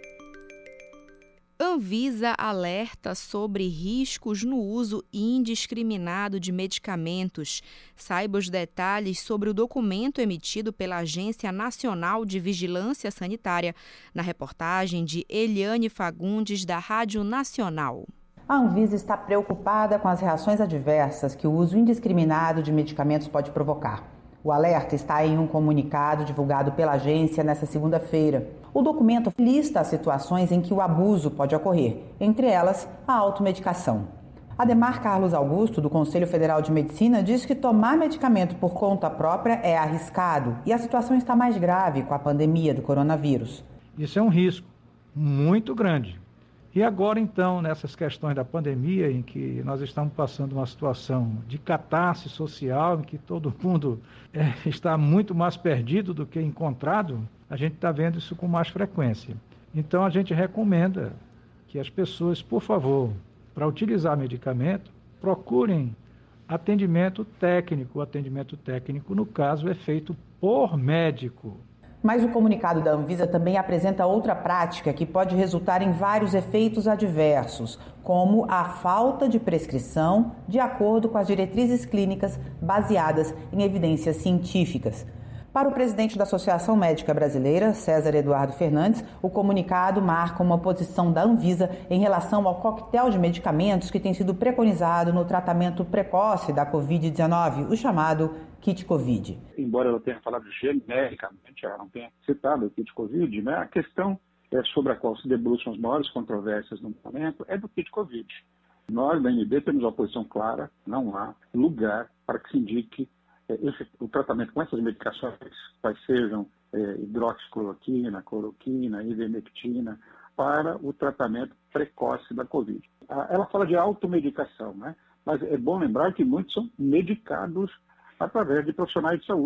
Anvisa alerta sobre riscos no uso indiscriminado de medicamentos. Saiba os detalhes sobre o documento emitido pela Agência Nacional de Vigilância Sanitária na reportagem de Eliane Fagundes, da Rádio Nacional. A Anvisa está preocupada com as reações adversas que o uso indiscriminado de medicamentos pode provocar. O alerta está em um comunicado divulgado pela agência nesta segunda-feira. O documento lista as situações em que o abuso pode ocorrer, entre elas a automedicação. Ademar Carlos Augusto, do Conselho Federal de Medicina, diz que tomar medicamento por conta própria é arriscado e a situação está mais grave com a pandemia do coronavírus. Isso é um risco muito grande. E agora, então, nessas questões da pandemia, em que nós estamos passando uma situação de catástrofe social, em que todo mundo é, está muito mais perdido do que encontrado, a gente está vendo isso com mais frequência. Então, a gente recomenda que as pessoas, por favor, para utilizar medicamento, procurem atendimento técnico. O atendimento técnico, no caso, é feito por médico. Mas o comunicado da Anvisa também apresenta outra prática que pode resultar em vários efeitos adversos, como a falta de prescrição de acordo com as diretrizes clínicas baseadas em evidências científicas. Para o presidente da Associação Médica Brasileira, César Eduardo Fernandes, o comunicado marca uma posição da Anvisa em relação ao coquetel de medicamentos que tem sido preconizado no tratamento precoce da covid dezenove, o chamado kit Covid. Embora ela tenha falado genericamente, ela não tenha citado o kit Covid, né? A questão é sobre a qual se debruçam as maiores controvérsias no momento é do kit Covid. Nós, da A N B, temos uma posição clara, não há lugar para que se indique esse, o tratamento com essas medicações, quais sejam é, hidroxicloroquina, cloroquina, ivermectina, para o tratamento precoce da Covid. Ela fala de automedicação, né? Mas é bom lembrar que muitos são medicados através de profissionais de saúde.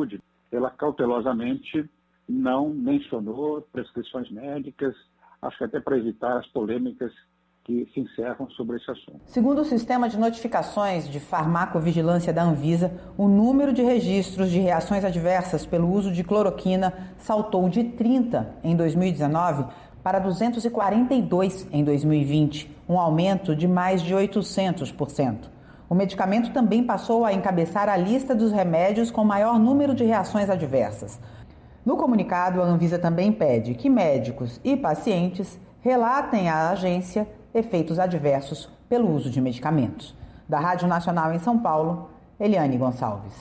ela cautelosamente não mencionou prescrições médicas, acho que até para evitar as polêmicas que se encerram sobre esse assunto. Segundo o sistema de notificações de farmacovigilância da Anvisa, o número de registros de reações adversas pelo uso de cloroquina saltou de trinta em dois mil e dezenove para duzentos e quarenta e dois em dois mil e vinte, um aumento de mais de oitocentos por cento. O medicamento também passou a encabeçar a lista dos remédios com maior número de reações adversas. No comunicado, a Anvisa também pede que médicos e pacientes relatem à agência efeitos adversos pelo uso de medicamentos. Da Rádio Nacional em São Paulo, Eliane Gonçalves.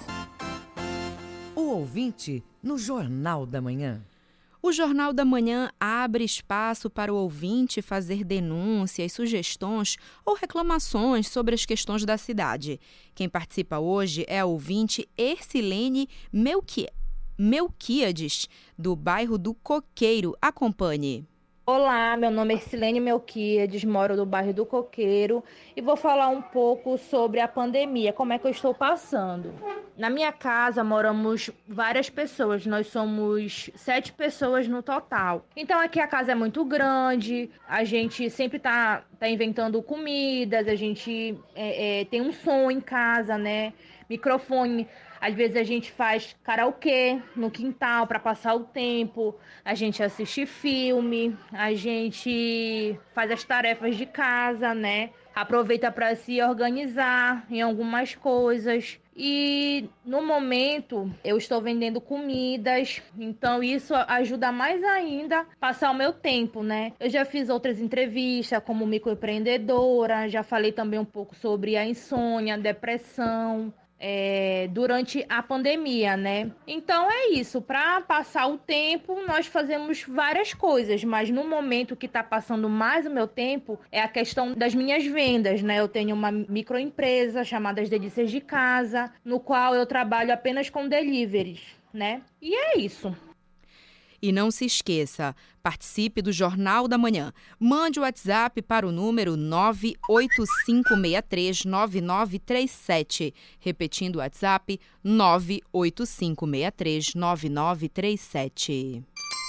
O ouvinte no Jornal da Manhã. O Jornal da Manhã abre espaço para o ouvinte fazer denúncias, sugestões ou reclamações sobre as questões da cidade. Quem participa hoje é a ouvinte Ercilene Melqui... Melquíades, do bairro do Coqueiro. Acompanhe. Olá, meu nome é Ercilene Melquíades, moro no bairro do Coqueiro e vou falar um pouco sobre a pandemia, como é que eu estou passando. Na minha casa moramos várias pessoas, nós somos sete pessoas no total. Então aqui a casa é muito grande, a gente sempre está tá inventando comidas, a gente é, é, tem um som em casa, né? Microfone. Às vezes a gente faz karaokê no quintal para passar o tempo, a gente assiste filme, a gente faz as tarefas de casa, né? Aproveita para se organizar em algumas coisas. E no momento eu estou vendendo comidas, então isso ajuda mais ainda a passar o meu tempo, né? Eu já fiz outras entrevistas como microempreendedora, já falei também um pouco sobre a insônia, a depressão. É, durante a pandemia, né? Então é isso, para passar o tempo nós fazemos várias coisas, mas no momento que está passando mais o meu tempo é a questão das minhas vendas, né? Eu tenho uma microempresa chamada As Delícias de Casa, no qual eu trabalho apenas com deliveries, né? E é isso. E não se esqueça, participe do Jornal da Manhã. Mande o WhatsApp para o número nove oito cinco seis três nove nove três sete. Repetindo o WhatsApp, nove oito cinco seis três nove nove três sete.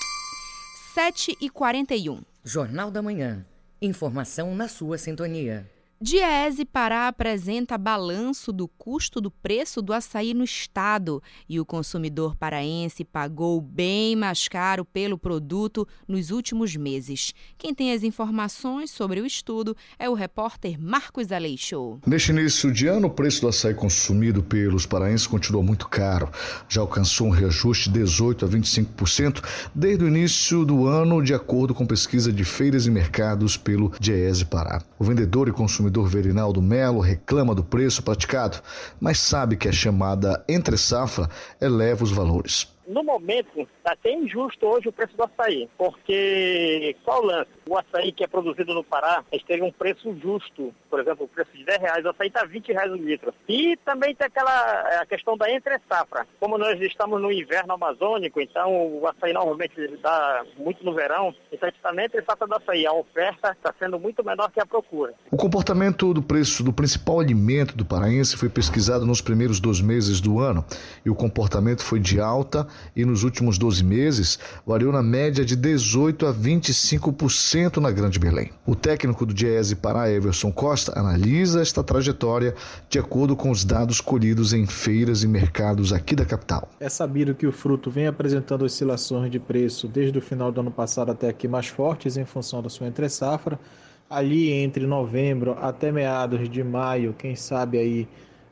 sete e quarenta e um. Jornal da Manhã. Informação na sua sintonia. Diese Pará apresenta balanço do custo do preço do açaí no estado e o consumidor paraense pagou bem mais caro pelo produto nos últimos meses. Quem tem as informações sobre o estudo é o repórter Marcos Aleixo. Neste início de ano, o preço do açaí consumido pelos paraenses continuou muito caro. Já alcançou um reajuste de dezoito a vinte e cinco por cento desde o início do ano, de acordo com pesquisa de feiras e mercados pelo Diese Pará. O vendedor e consumidor O consumidor Verinaldo Melo reclama do preço praticado, mas sabe que a chamada entre-safra eleva os valores. No momento, está até injusto hoje o preço do açaí, porque qual o lance? O açaí que é produzido no Pará, a gente teve um preço justo, por exemplo, o preço de dez reais, o açaí está vinte reais o litro. E também tem aquela a questão da entre-safra. Como nós estamos no inverno amazônico, então o açaí normalmente dá muito no verão, então a gente está na entre-safra do açaí, a oferta está sendo muito menor que a procura. O comportamento do preço do principal alimento do paraense foi pesquisado nos primeiros dois meses do ano, e o comportamento foi de alta e nos últimos doze meses variou na média de dezoito a vinte e cinco por cento na Grande Belém. O técnico do Diese Pará, Everson Costa, analisa esta trajetória de acordo com os dados colhidos em feiras e mercados aqui da capital. É sabido que o fruto vem apresentando oscilações de preço desde o final do ano passado até aqui mais fortes em função da sua entre-safra. Ali entre novembro até meados de maio, quem sabe aí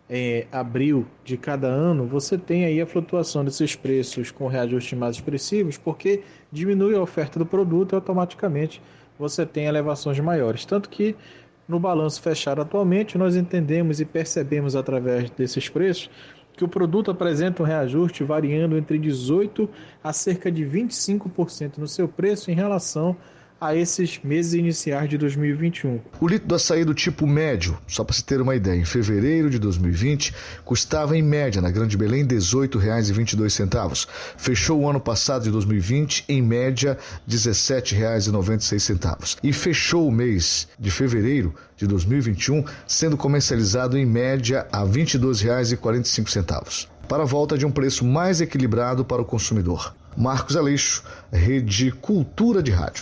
É, abril de cada ano, você tem aí a flutuação desses preços com reajustes mais expressivos, porque diminui a oferta do produto e automaticamente você tem elevações maiores. Tanto que no balanço fechado atualmente nós entendemos e percebemos através desses preços que o produto apresenta um reajuste variando entre dezoito por cento a cerca de vinte e cinco por cento no seu preço em relação a esses meses iniciais de dois mil e vinte e um. O litro do açaí do tipo médio, só para se ter uma ideia, em fevereiro de dois mil e vinte, custava em média na Grande Belém dezoito reais e vinte e dois centavos. Fechou o ano passado de dois mil e vinte em média dezessete reais e noventa e seis centavos. E fechou o mês de fevereiro de dois mil e vinte e um sendo comercializado em média a vinte e dois reais e quarenta e cinco centavos. para a volta de um preço mais equilibrado para o consumidor. Marcos Aleixo, Rede Cultura de Rádio.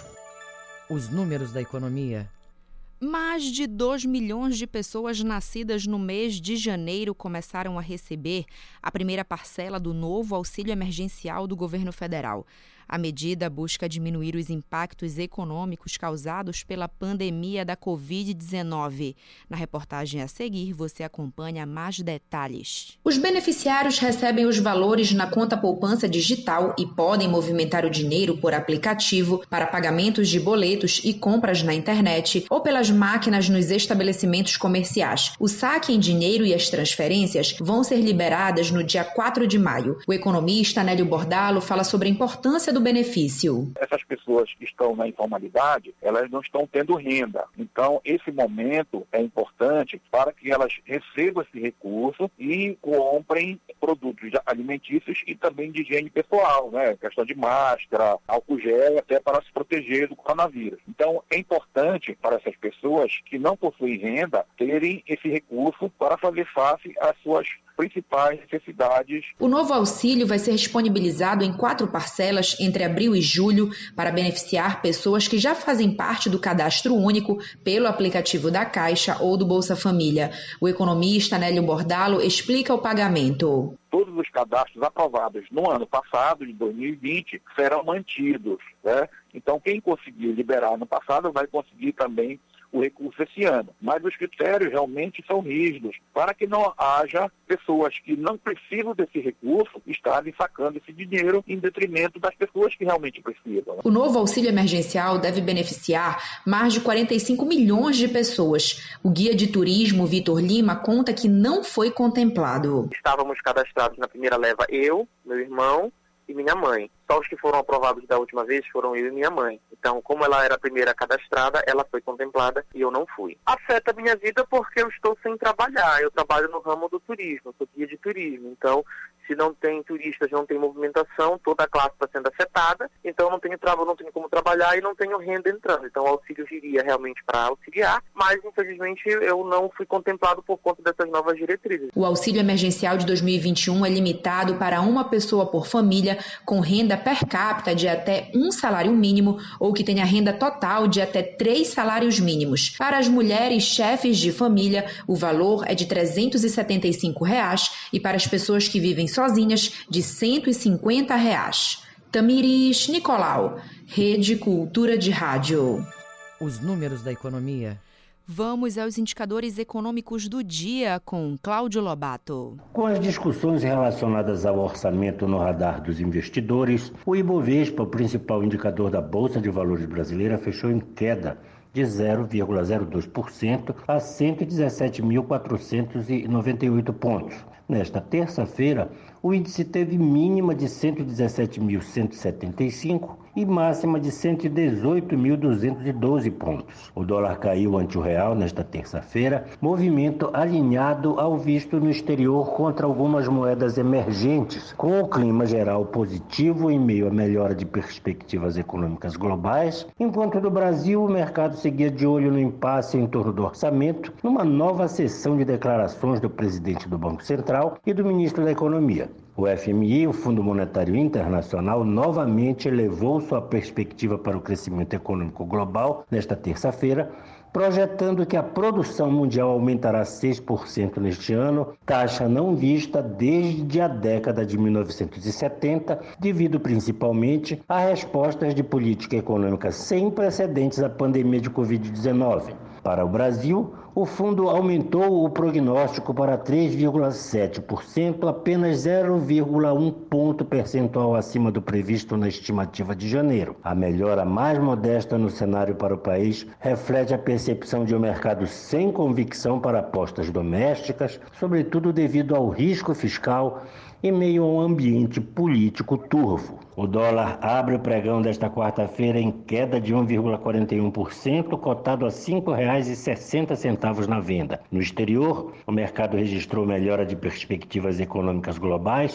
Os números da economia. Mais de dois milhões de pessoas nascidas no mês de janeiro começaram a receber a primeira parcela do novo auxílio emergencial do governo federal. A medida busca diminuir os impactos econômicos causados pela pandemia da covid dezenove. Na reportagem a seguir, você acompanha mais detalhes. Os beneficiários recebem os valores na conta poupança digital e podem movimentar o dinheiro por aplicativo para pagamentos de boletos e compras na internet ou pelas máquinas nos estabelecimentos comerciais. O saque em dinheiro e as transferências vão ser liberadas no dia quatro de maio. O economista Nélio Bordalo fala sobre a importância do benefício. Essas pessoas que estão na informalidade, elas não estão tendo renda. Então, esse momento é importante para que elas recebam esse recurso e comprem produtos alimentícios e também de higiene pessoal, né? Questão de máscara, álcool gel, até para se proteger do coronavírus. Então, é importante para essas pessoas que não possuem renda terem esse recurso para fazer face às suas principais necessidades. O novo auxílio vai ser disponibilizado em quatro parcelas entre abril e julho para beneficiar pessoas que já fazem parte do cadastro único pelo aplicativo da Caixa ou do Bolsa Família. O economista Nélio Bordalo explica o pagamento. Todos os cadastros aprovados no ano passado, de dois mil e vinte, serão mantidos, né? Então, quem conseguiu liberar no passado vai conseguir também o recurso esse ano. Mas os critérios realmente são rígidos, para que não haja pessoas que não precisam desse recurso estarem sacando esse dinheiro em detrimento das pessoas que realmente precisam. O novo auxílio emergencial deve beneficiar mais de quarenta e cinco milhões de pessoas. O guia de turismo Vitor Lima conta que não foi contemplado. Estávamos cadastrados na primeira leva eu, meu irmão e minha mãe. Só os que foram aprovados da última vez foram eu e minha mãe. Então, como ela era a primeira cadastrada, ela foi contemplada e eu não fui. Afeta a minha vida porque eu estou sem trabalhar. Eu trabalho no ramo do turismo, sou guia de turismo. Então, se não tem turistas, não tem movimentação, toda a classe está sendo afetada. Então, eu não tenho trabalho, não tenho como trabalhar e não tenho renda entrando. Então, o auxílio viria realmente para auxiliar, mas, infelizmente, eu não fui contemplado por conta dessas novas diretrizes. O auxílio emergencial de dois mil e vinte e um é limitado para uma pessoa por família com renda per capita de até um salário mínimo ou que tenha renda total de até três salários mínimos. Para as mulheres chefes de família, o valor é de trezentos e setenta e cinco reais e para as pessoas que vivem sozinhas, de cento e cinquenta reais. Tamiris Nicolau, Rede Cultura de Rádio. Os números da economia. Vamos aos indicadores econômicos do dia com Cláudio Lobato. Com as discussões relacionadas ao orçamento no radar dos investidores, o Ibovespa, o principal indicador da Bolsa de Valores brasileira, fechou em queda de zero vírgula zero dois por cento a cento e dezessete mil quatrocentos e noventa e oito pontos. Nesta terça-feira, o índice teve mínima de cento e dezessete mil cento e setenta e cinco e máxima de cento e dezoito mil duzentos e doze pontos. O dólar caiu ante o real nesta terça-feira, movimento alinhado ao visto no exterior contra algumas moedas emergentes, com o clima geral positivo em meio à melhora de perspectivas econômicas globais, enquanto no Brasil o mercado seguia de olho no impasse em torno do orçamento, numa nova sessão de declarações do presidente do Banco Central e do ministro da Economia. O F M I, o Fundo Monetário Internacional, novamente elevou sua perspectiva para o crescimento econômico global nesta terça-feira, projetando que a produção mundial aumentará seis por cento neste ano, taxa não vista desde a década de mil novecentos e setenta, devido principalmente a respostas de política econômica sem precedentes à pandemia de covid dezenove. Para o Brasil, o fundo aumentou o prognóstico para três vírgula sete por cento, apenas zero vírgula um ponto percentual acima do previsto na estimativa de janeiro. A melhora mais modesta no cenário para o país reflete a percepção de um mercado sem convicção para apostas domésticas, sobretudo devido ao risco fiscal em meio a um ambiente político turvo. O dólar abre o pregão desta quarta-feira em queda de um vírgula quarenta e um por cento, cotado a cinco reais e sessenta centavos na venda. No exterior, o mercado registrou melhora de perspectivas econômicas globais,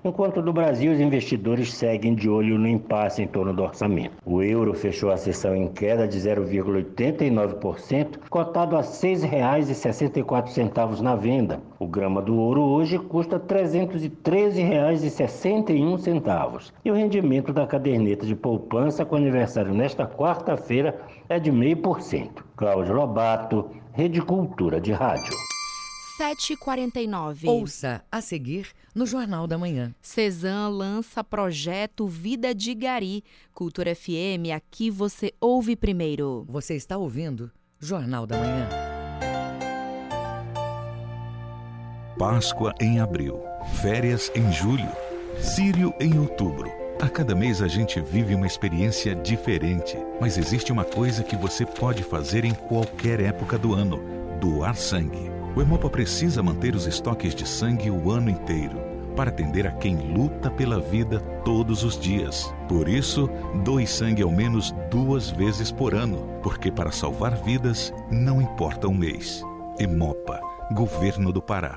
Enquanto no Brasil, os investidores seguem de olho no impasse em torno do orçamento. O euro fechou a sessão em queda de zero vírgula oitenta e nove por cento, cotado a seis reais e sessenta e quatro centavos na venda. O grama do ouro hoje custa trezentos e treze reais e sessenta e um centavos. E o rendimento da caderneta de poupança com aniversário nesta quarta-feira é de zero vírgula cinco por cento. Cláudio Lobato, Rede Cultura de Rádio. sete e quarenta e nove. Ouça a seguir no Jornal da Manhã. Cezam lança projeto Vida de Gari. Cultura F M, aqui você ouve primeiro. Você está ouvindo Jornal da Manhã. Páscoa em abril, férias em julho, Sírio em outubro. A cada mês a gente vive uma experiência diferente, mas existe uma coisa que você pode fazer em qualquer época do ano: doar sangue. O Hemopa precisa manter os estoques de sangue o ano inteiro, para atender a quem luta pela vida todos os dias. Por isso, doe sangue ao menos duas vezes por ano, porque para salvar vidas, não importa o mês. Hemopa, Governo do Pará.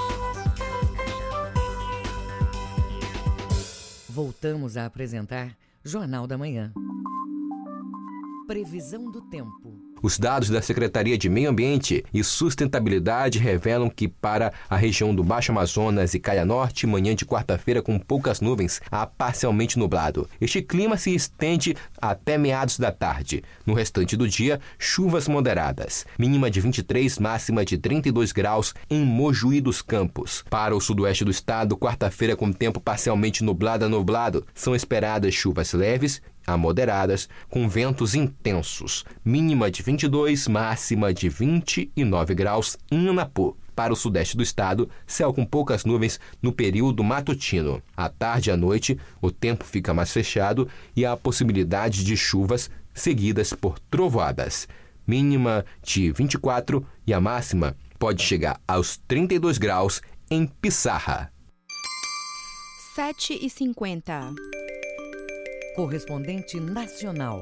Voltamos a apresentar Jornal da Manhã. Previsão do tempo. Os dados da Secretaria de Meio Ambiente e Sustentabilidade revelam que para a região do Baixo Amazonas e Calha Norte, manhã de quarta-feira com poucas nuvens a parcialmente nublado. Este clima se estende até meados da tarde. No restante do dia, chuvas moderadas. Mínima de vinte e três, máxima de trinta e dois graus em Mojuí dos Campos. Para o sudoeste do estado, quarta-feira com tempo parcialmente nublado a nublado. São esperadas chuvas leves a moderadas, com ventos intensos. Mínima de vinte e dois, máxima de vinte e nove graus em Anapu. Para o sudeste do estado, céu com poucas nuvens no período matutino. À tarde e à noite, o tempo fica mais fechado e há a possibilidade de chuvas seguidas por trovoadas. Mínima de vinte e quatro e a máxima pode chegar aos trinta e dois graus em Pissarra. sete e cinquenta. Correspondente nacional.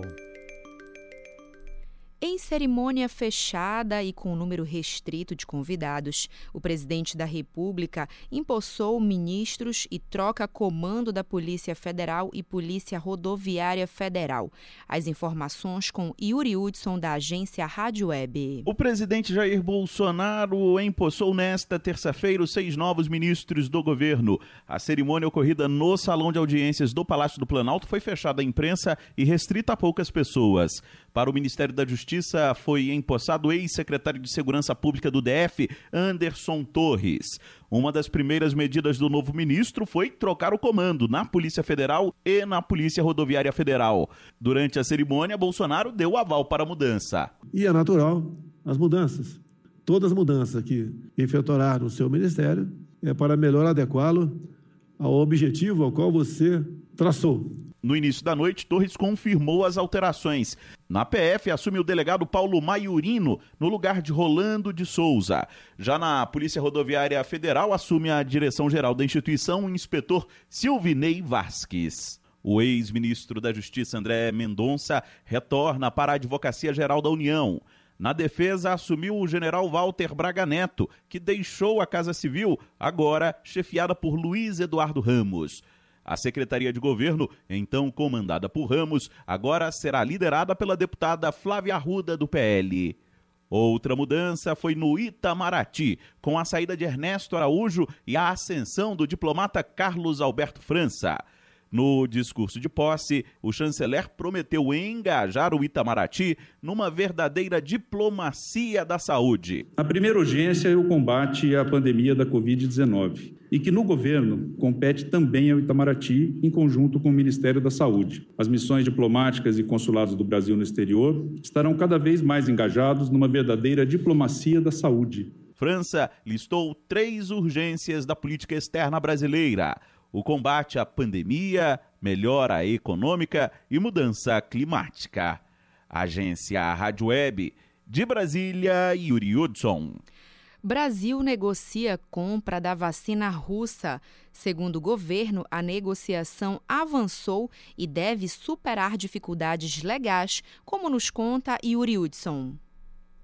Em cerimônia fechada e com número restrito de convidados, o presidente da República empossou ministros e troca comando da Polícia Federal e Polícia Rodoviária Federal. As informações com Yuri Hudson, da agência Rádio Web. O presidente Jair Bolsonaro empossou nesta terça-feira os seis novos ministros do governo. A cerimônia ocorrida no Salão de Audiências do Palácio do Planalto foi fechada à imprensa e restrita a poucas pessoas. Para o Ministério da Justiça, foi empossado o ex-secretário de Segurança Pública do D F, Anderson Torres. Uma das primeiras medidas do novo ministro foi trocar o comando na Polícia Federal e na Polícia Rodoviária Federal. Durante a cerimônia, Bolsonaro deu o aval para a mudança. E é natural as mudanças. Todas as mudanças que efetuará no seu ministério é para melhor adequá-lo ao objetivo ao qual você traçou. No início da noite, Torres confirmou as alterações. Na P F, assume o delegado Paulo Maiorino, no lugar de Rolando de Souza. Já na Polícia Rodoviária Federal, assume a direção-geral da instituição o inspetor Silvinei Vasques. O ex-ministro da Justiça, André Mendonça, retorna para a Advocacia Geral da União. Na defesa, assumiu o general Walter Braga Neto, que deixou a Casa Civil, agora chefiada por Luiz Eduardo Ramos. A Secretaria de Governo, então comandada por Ramos, agora será liderada pela deputada Flávia Arruda, do P L. Outra mudança foi no Itamaraty, com a saída de Ernesto Araújo e a ascensão do diplomata Carlos Alberto França. No discurso de posse, o chanceler prometeu engajar o Itamaraty numa verdadeira diplomacia da saúde. A primeira urgência é o combate à pandemia da covid dezenove e que no governo compete também ao Itamaraty em conjunto com o Ministério da Saúde. As missões diplomáticas e consulados do Brasil no exterior estarão cada vez mais engajados numa verdadeira diplomacia da saúde. França listou três urgências da política externa brasileira: o combate à pandemia, melhora econômica e mudança climática. Agência Rádio Web, de Brasília, Yuri Hudson. Brasil negocia compra da vacina russa. Segundo o governo, a negociação avançou e deve superar dificuldades legais, como nos conta Yuri Hudson.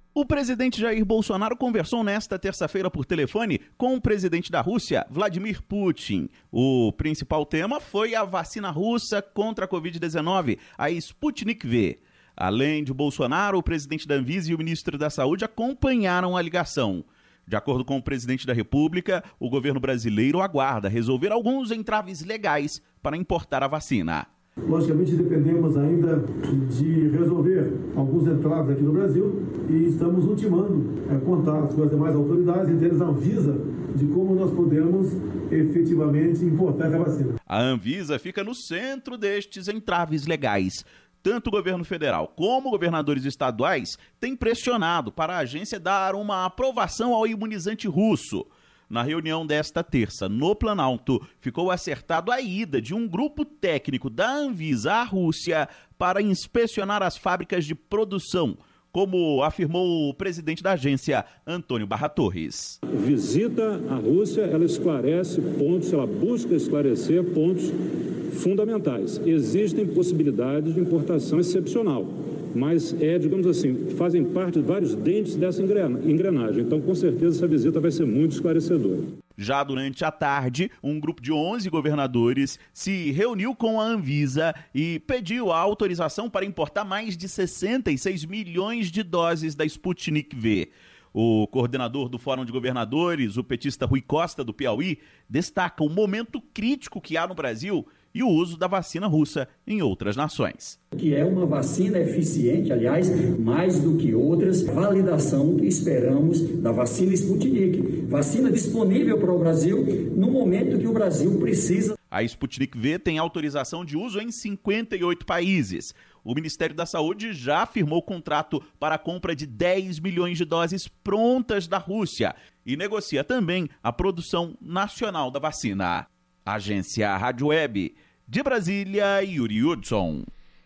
O presidente Jair Bolsonaro conversou nesta terça-feira por telefone com o presidente da Rússia, Vladimir Putin. O principal tema foi a vacina russa contra a covid dezenove, a Sputnik V. Além de Bolsonaro, o presidente da Anvisa e o ministro da Saúde acompanharam a ligação. De acordo com o presidente da República, o governo brasileiro aguarda resolver alguns entraves legais para importar a vacina. Logicamente, dependemos ainda de resolver alguns entraves aqui no Brasil e estamos ultimando é, contatos com as demais autoridades, entre eles a Anvisa, de como nós podemos efetivamente importar essa vacina. A Anvisa fica no centro destes entraves legais. Tanto o governo federal como governadores estaduais têm pressionado para a agência dar uma aprovação ao imunizante russo. Na reunião desta terça, no Planalto, ficou acertado a ida de um grupo técnico da Anvisa à Rússia para inspecionar as fábricas de produção, como afirmou o presidente da agência, Antônio Barra Torres. Visita à Rússia, ela esclarece pontos, ela busca esclarecer pontos fundamentais. Existem possibilidades de importação excepcional, mas é, digamos assim, fazem parte de vários dentes dessa engrenagem. Então, com certeza, essa visita vai ser muito esclarecedora. Já durante a tarde, um grupo de onze governadores se reuniu com a Anvisa e pediu a autorização para importar mais de sessenta e seis milhões de doses da Sputnik V. O coordenador do Fórum de Governadores, o petista Rui Costa, do Piauí, destaca o momento crítico que há no Brasil e o uso da vacina russa em outras nações. Que é uma vacina eficiente, aliás, mais do que outras, validação que esperamos da vacina Sputnik. Vacina disponível para o Brasil no momento que o Brasil precisa. A Sputnik V tem autorização de uso em cinquenta e oito países. O Ministério da Saúde já firmou contrato para a compra de dez milhões de doses prontas da Rússia e negocia também a produção nacional da vacina. Agência Rádio Web, de Brasília, Yuri Hudson.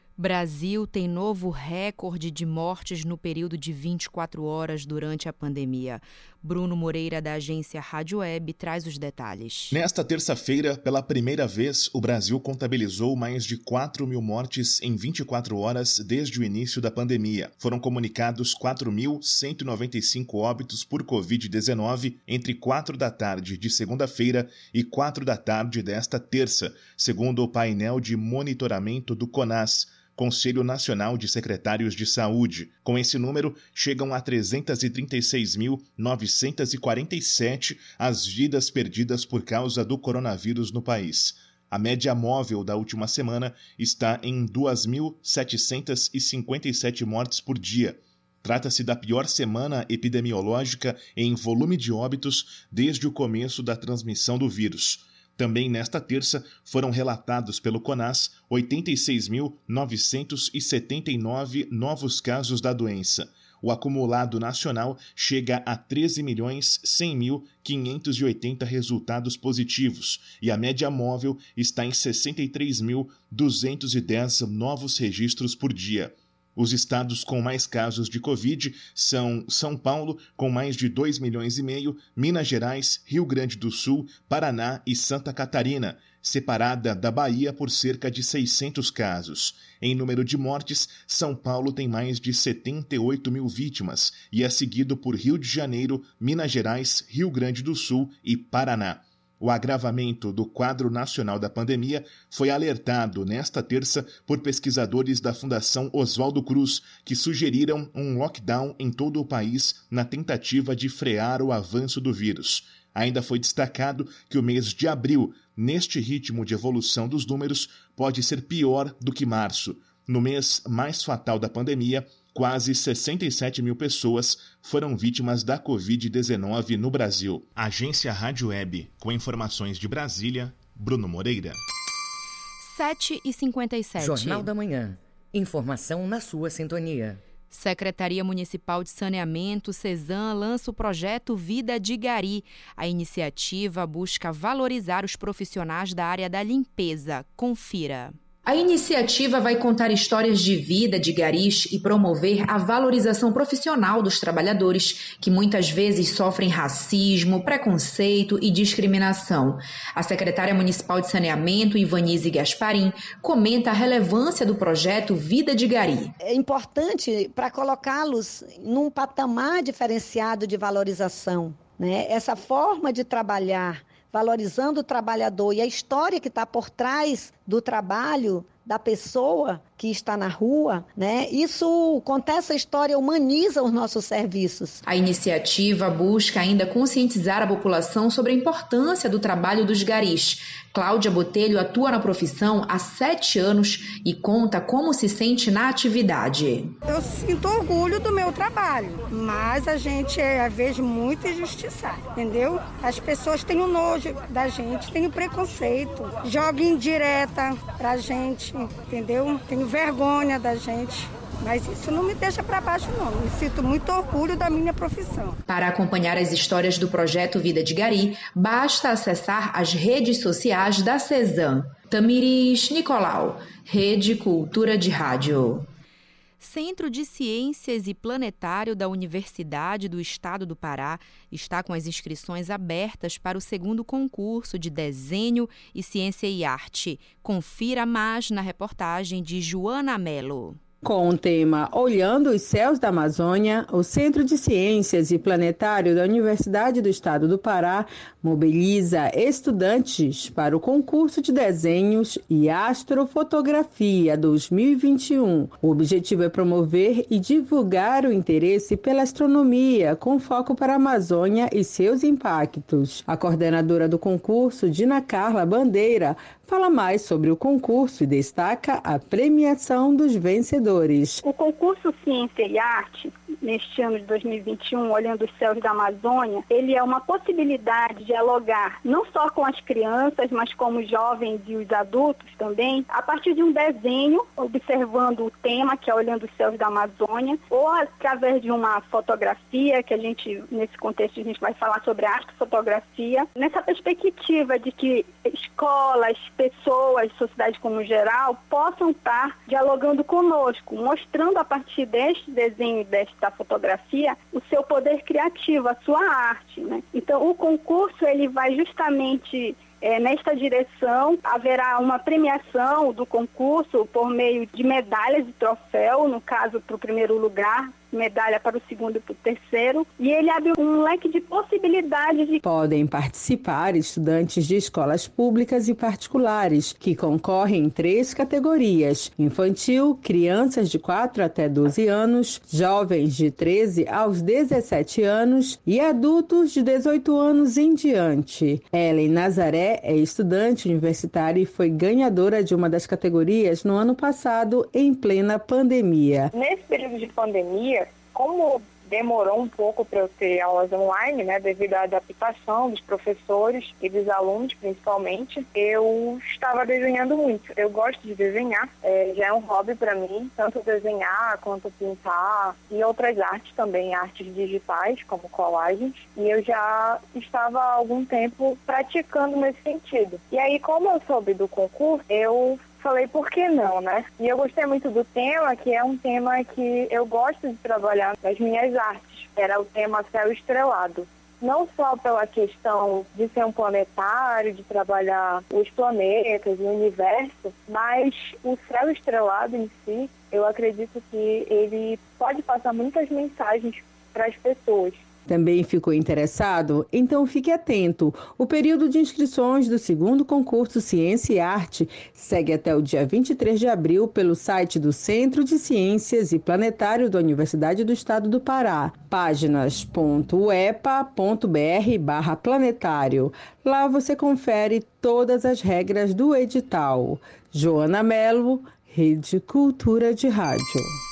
Brasil tem novo recorde de mortes no período de vinte e quatro horas durante a pandemia. Bruno Moreira, da agência Rádio Web, traz os detalhes. Nesta terça-feira, pela primeira vez, o Brasil contabilizou mais de quatro mil mortes em vinte e quatro horas desde o início da pandemia. Foram comunicados quatro mil cento e noventa e cinco óbitos por covid dezenove entre quatro da tarde de segunda-feira e quatro da tarde desta terça, segundo o painel de monitoramento do CONAS, Conselho Nacional de Secretários de Saúde. Com esse número, chegam a trezentos e trinta e seis mil novecentos e quarenta e sete as vidas perdidas por causa do coronavírus no país. A média móvel da última semana está em duas mil setecentos e cinquenta e sete mortes por dia. Trata-se da pior semana epidemiológica em volume de óbitos desde o começo da transmissão do vírus. Também nesta terça foram relatados pelo CONAS oitenta e seis mil novecentos e setenta e nove novos casos da doença. O acumulado nacional chega a treze milhões cem mil quinhentos e oitenta resultados positivos e a média móvel está em sessenta e três mil duzentos e dez novos registros por dia. Os estados com mais casos de Covid são São Paulo, com mais de dois milhões e meio, Minas Gerais, Rio Grande do Sul, Paraná e Santa Catarina, separada da Bahia por cerca de seiscentos casos. Em número de mortes, São Paulo tem mais de setenta e oito mil vítimas e é seguido por Rio de Janeiro, Minas Gerais, Rio Grande do Sul e Paraná. O agravamento do quadro nacional da pandemia foi alertado nesta terça por pesquisadores da Fundação Oswaldo Cruz, que sugeriram um lockdown em todo o país na tentativa de frear o avanço do vírus. Ainda foi destacado que o mês de abril, neste ritmo de evolução dos números, pode ser pior do que março. No mês mais fatal da pandemia, quase sessenta e sete mil pessoas foram vítimas da covid dezenove no Brasil. Agência Rádio Web, com informações de Brasília, Bruno Moreira. sete e cinquenta e sete. Jornal da Manhã. Informação na sua sintonia. Secretaria Municipal de Saneamento, Cesan, lança o projeto Vida de Gari. A iniciativa busca valorizar os profissionais da área da limpeza. Confira. A iniciativa vai contar histórias de vida de garis e promover a valorização profissional dos trabalhadores, que muitas vezes sofrem racismo, preconceito e discriminação. A secretária municipal de saneamento, Ivanise Gasparim, comenta a relevância do projeto Vida de Gari. É importante para colocá-los num patamar diferenciado de valorização, né? Essa forma de trabalhar, valorizando o trabalhador e a história que está por trás do trabalho da pessoa que está na rua, né? Isso, contar essa história, humaniza os nossos serviços. A iniciativa busca ainda conscientizar a população sobre a importância do trabalho dos garis. Cláudia Botelho atua na profissão há sete anos e conta como se sente na atividade. Eu sinto orgulho do meu trabalho, mas a gente é, vejo muito injustiçado, entendeu? As pessoas têm o nojo da gente, têm o preconceito, jogam indireta pra gente, entendeu? Tenho vergonha da gente. Mas isso não me deixa para baixo, não. Me sinto muito orgulho da minha profissão. Para acompanhar as histórias do projeto Vida de Gari, basta acessar as redes sociais da CESAM. Tamiris Nicolau, Rede Cultura de Rádio. Centro de Ciências e Planetário da Universidade do Estado do Pará está com as inscrições abertas para o segundo concurso de Desenho e Ciência e Arte. Confira mais na reportagem de Joana Mello. Com o tema Olhando os Céus da Amazônia, o Centro de Ciências e Planetário da Universidade do Estado do Pará mobiliza estudantes para o concurso de desenhos e astrofotografia dois mil e vinte e um. O objetivo é promover e divulgar o interesse pela astronomia, com foco para a Amazônia e seus impactos. A coordenadora do concurso, Dina Carla Bandeira, fala mais sobre o concurso e destaca a premiação dos vencedores. O concurso Ciência e Arte, neste ano de dois mil e vinte e um, Olhando os Céus da Amazônia, ele é uma possibilidade de dialogar não só com as crianças, mas com os jovens e os adultos também, a partir de um desenho, observando o tema, que é Olhando os Céus da Amazônia, ou através de uma fotografia, que a gente, nesse contexto, a gente vai falar sobre a astrofotografia, nessa perspectiva de que escolas, pessoas, sociedade como geral, possam estar dialogando conosco, mostrando a partir deste desenho e desta fotografia o seu poder criativo, a sua arte, né? Então, o concurso ele vai justamente é, nesta direção. Haverá uma premiação do concurso por meio de medalhas e troféu, no caso para o primeiro lugar, medalha para o segundo e para o terceiro, e ele abre um leque de possibilidades de... Podem participar estudantes de escolas públicas e particulares, que concorrem em três categorias: infantil, crianças de quatro até doze anos, jovens de treze aos dezessete anos e adultos de dezoito anos em diante. Ellen Nazaré é estudante universitária e foi ganhadora de uma das categorias no ano passado, em plena pandemia. Nesse período de pandemia, como demorou um pouco para eu ter aulas online, né, devido à adaptação dos professores e dos alunos, principalmente, eu estava desenhando muito. Eu gosto de desenhar, é, já é um hobby para mim, tanto desenhar quanto pintar e outras artes também, artes digitais, como colagens, e eu já estava há algum tempo praticando nesse sentido. E aí, como eu soube do concurso, eu falei, por que não, né? E eu gostei muito do tema, que é um tema que eu gosto de trabalhar nas minhas artes. Era o tema Céu Estrelado. Não só pela questão de ser um planetário, de trabalhar os planetas, o universo, mas o céu estrelado em si, eu acredito que ele pode passar muitas mensagens para as pessoas. Também ficou interessado? Então fique atento. O período de inscrições do segundo concurso Ciência e Arte segue até o dia vinte e três de abril pelo site do Centro de Ciências e Planetário da Universidade do Estado do Pará, páginas ponto u e p a ponto b r barra planetário. Lá você confere todas as regras do edital. Joana Mello, Rede Cultura de Rádio.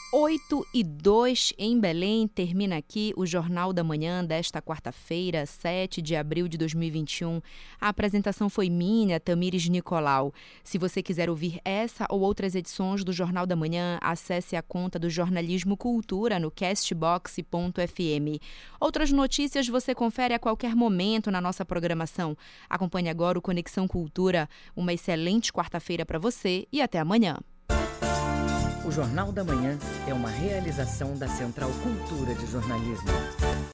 oito e dois em Belém. Termina aqui o Jornal da Manhã desta quarta-feira, sete de abril de dois mil e vinte e um. A apresentação foi minha, Tamires Nicolau. Se você quiser ouvir essa ou outras edições do Jornal da Manhã, acesse a conta do Jornalismo Cultura no castbox ponto f m. Outras notícias você confere a qualquer momento na nossa programação. Acompanhe agora o Conexão Cultura. Uma excelente quarta-feira para você e até amanhã. O Jornal da Manhã é uma realização da Central Cultura de Jornalismo.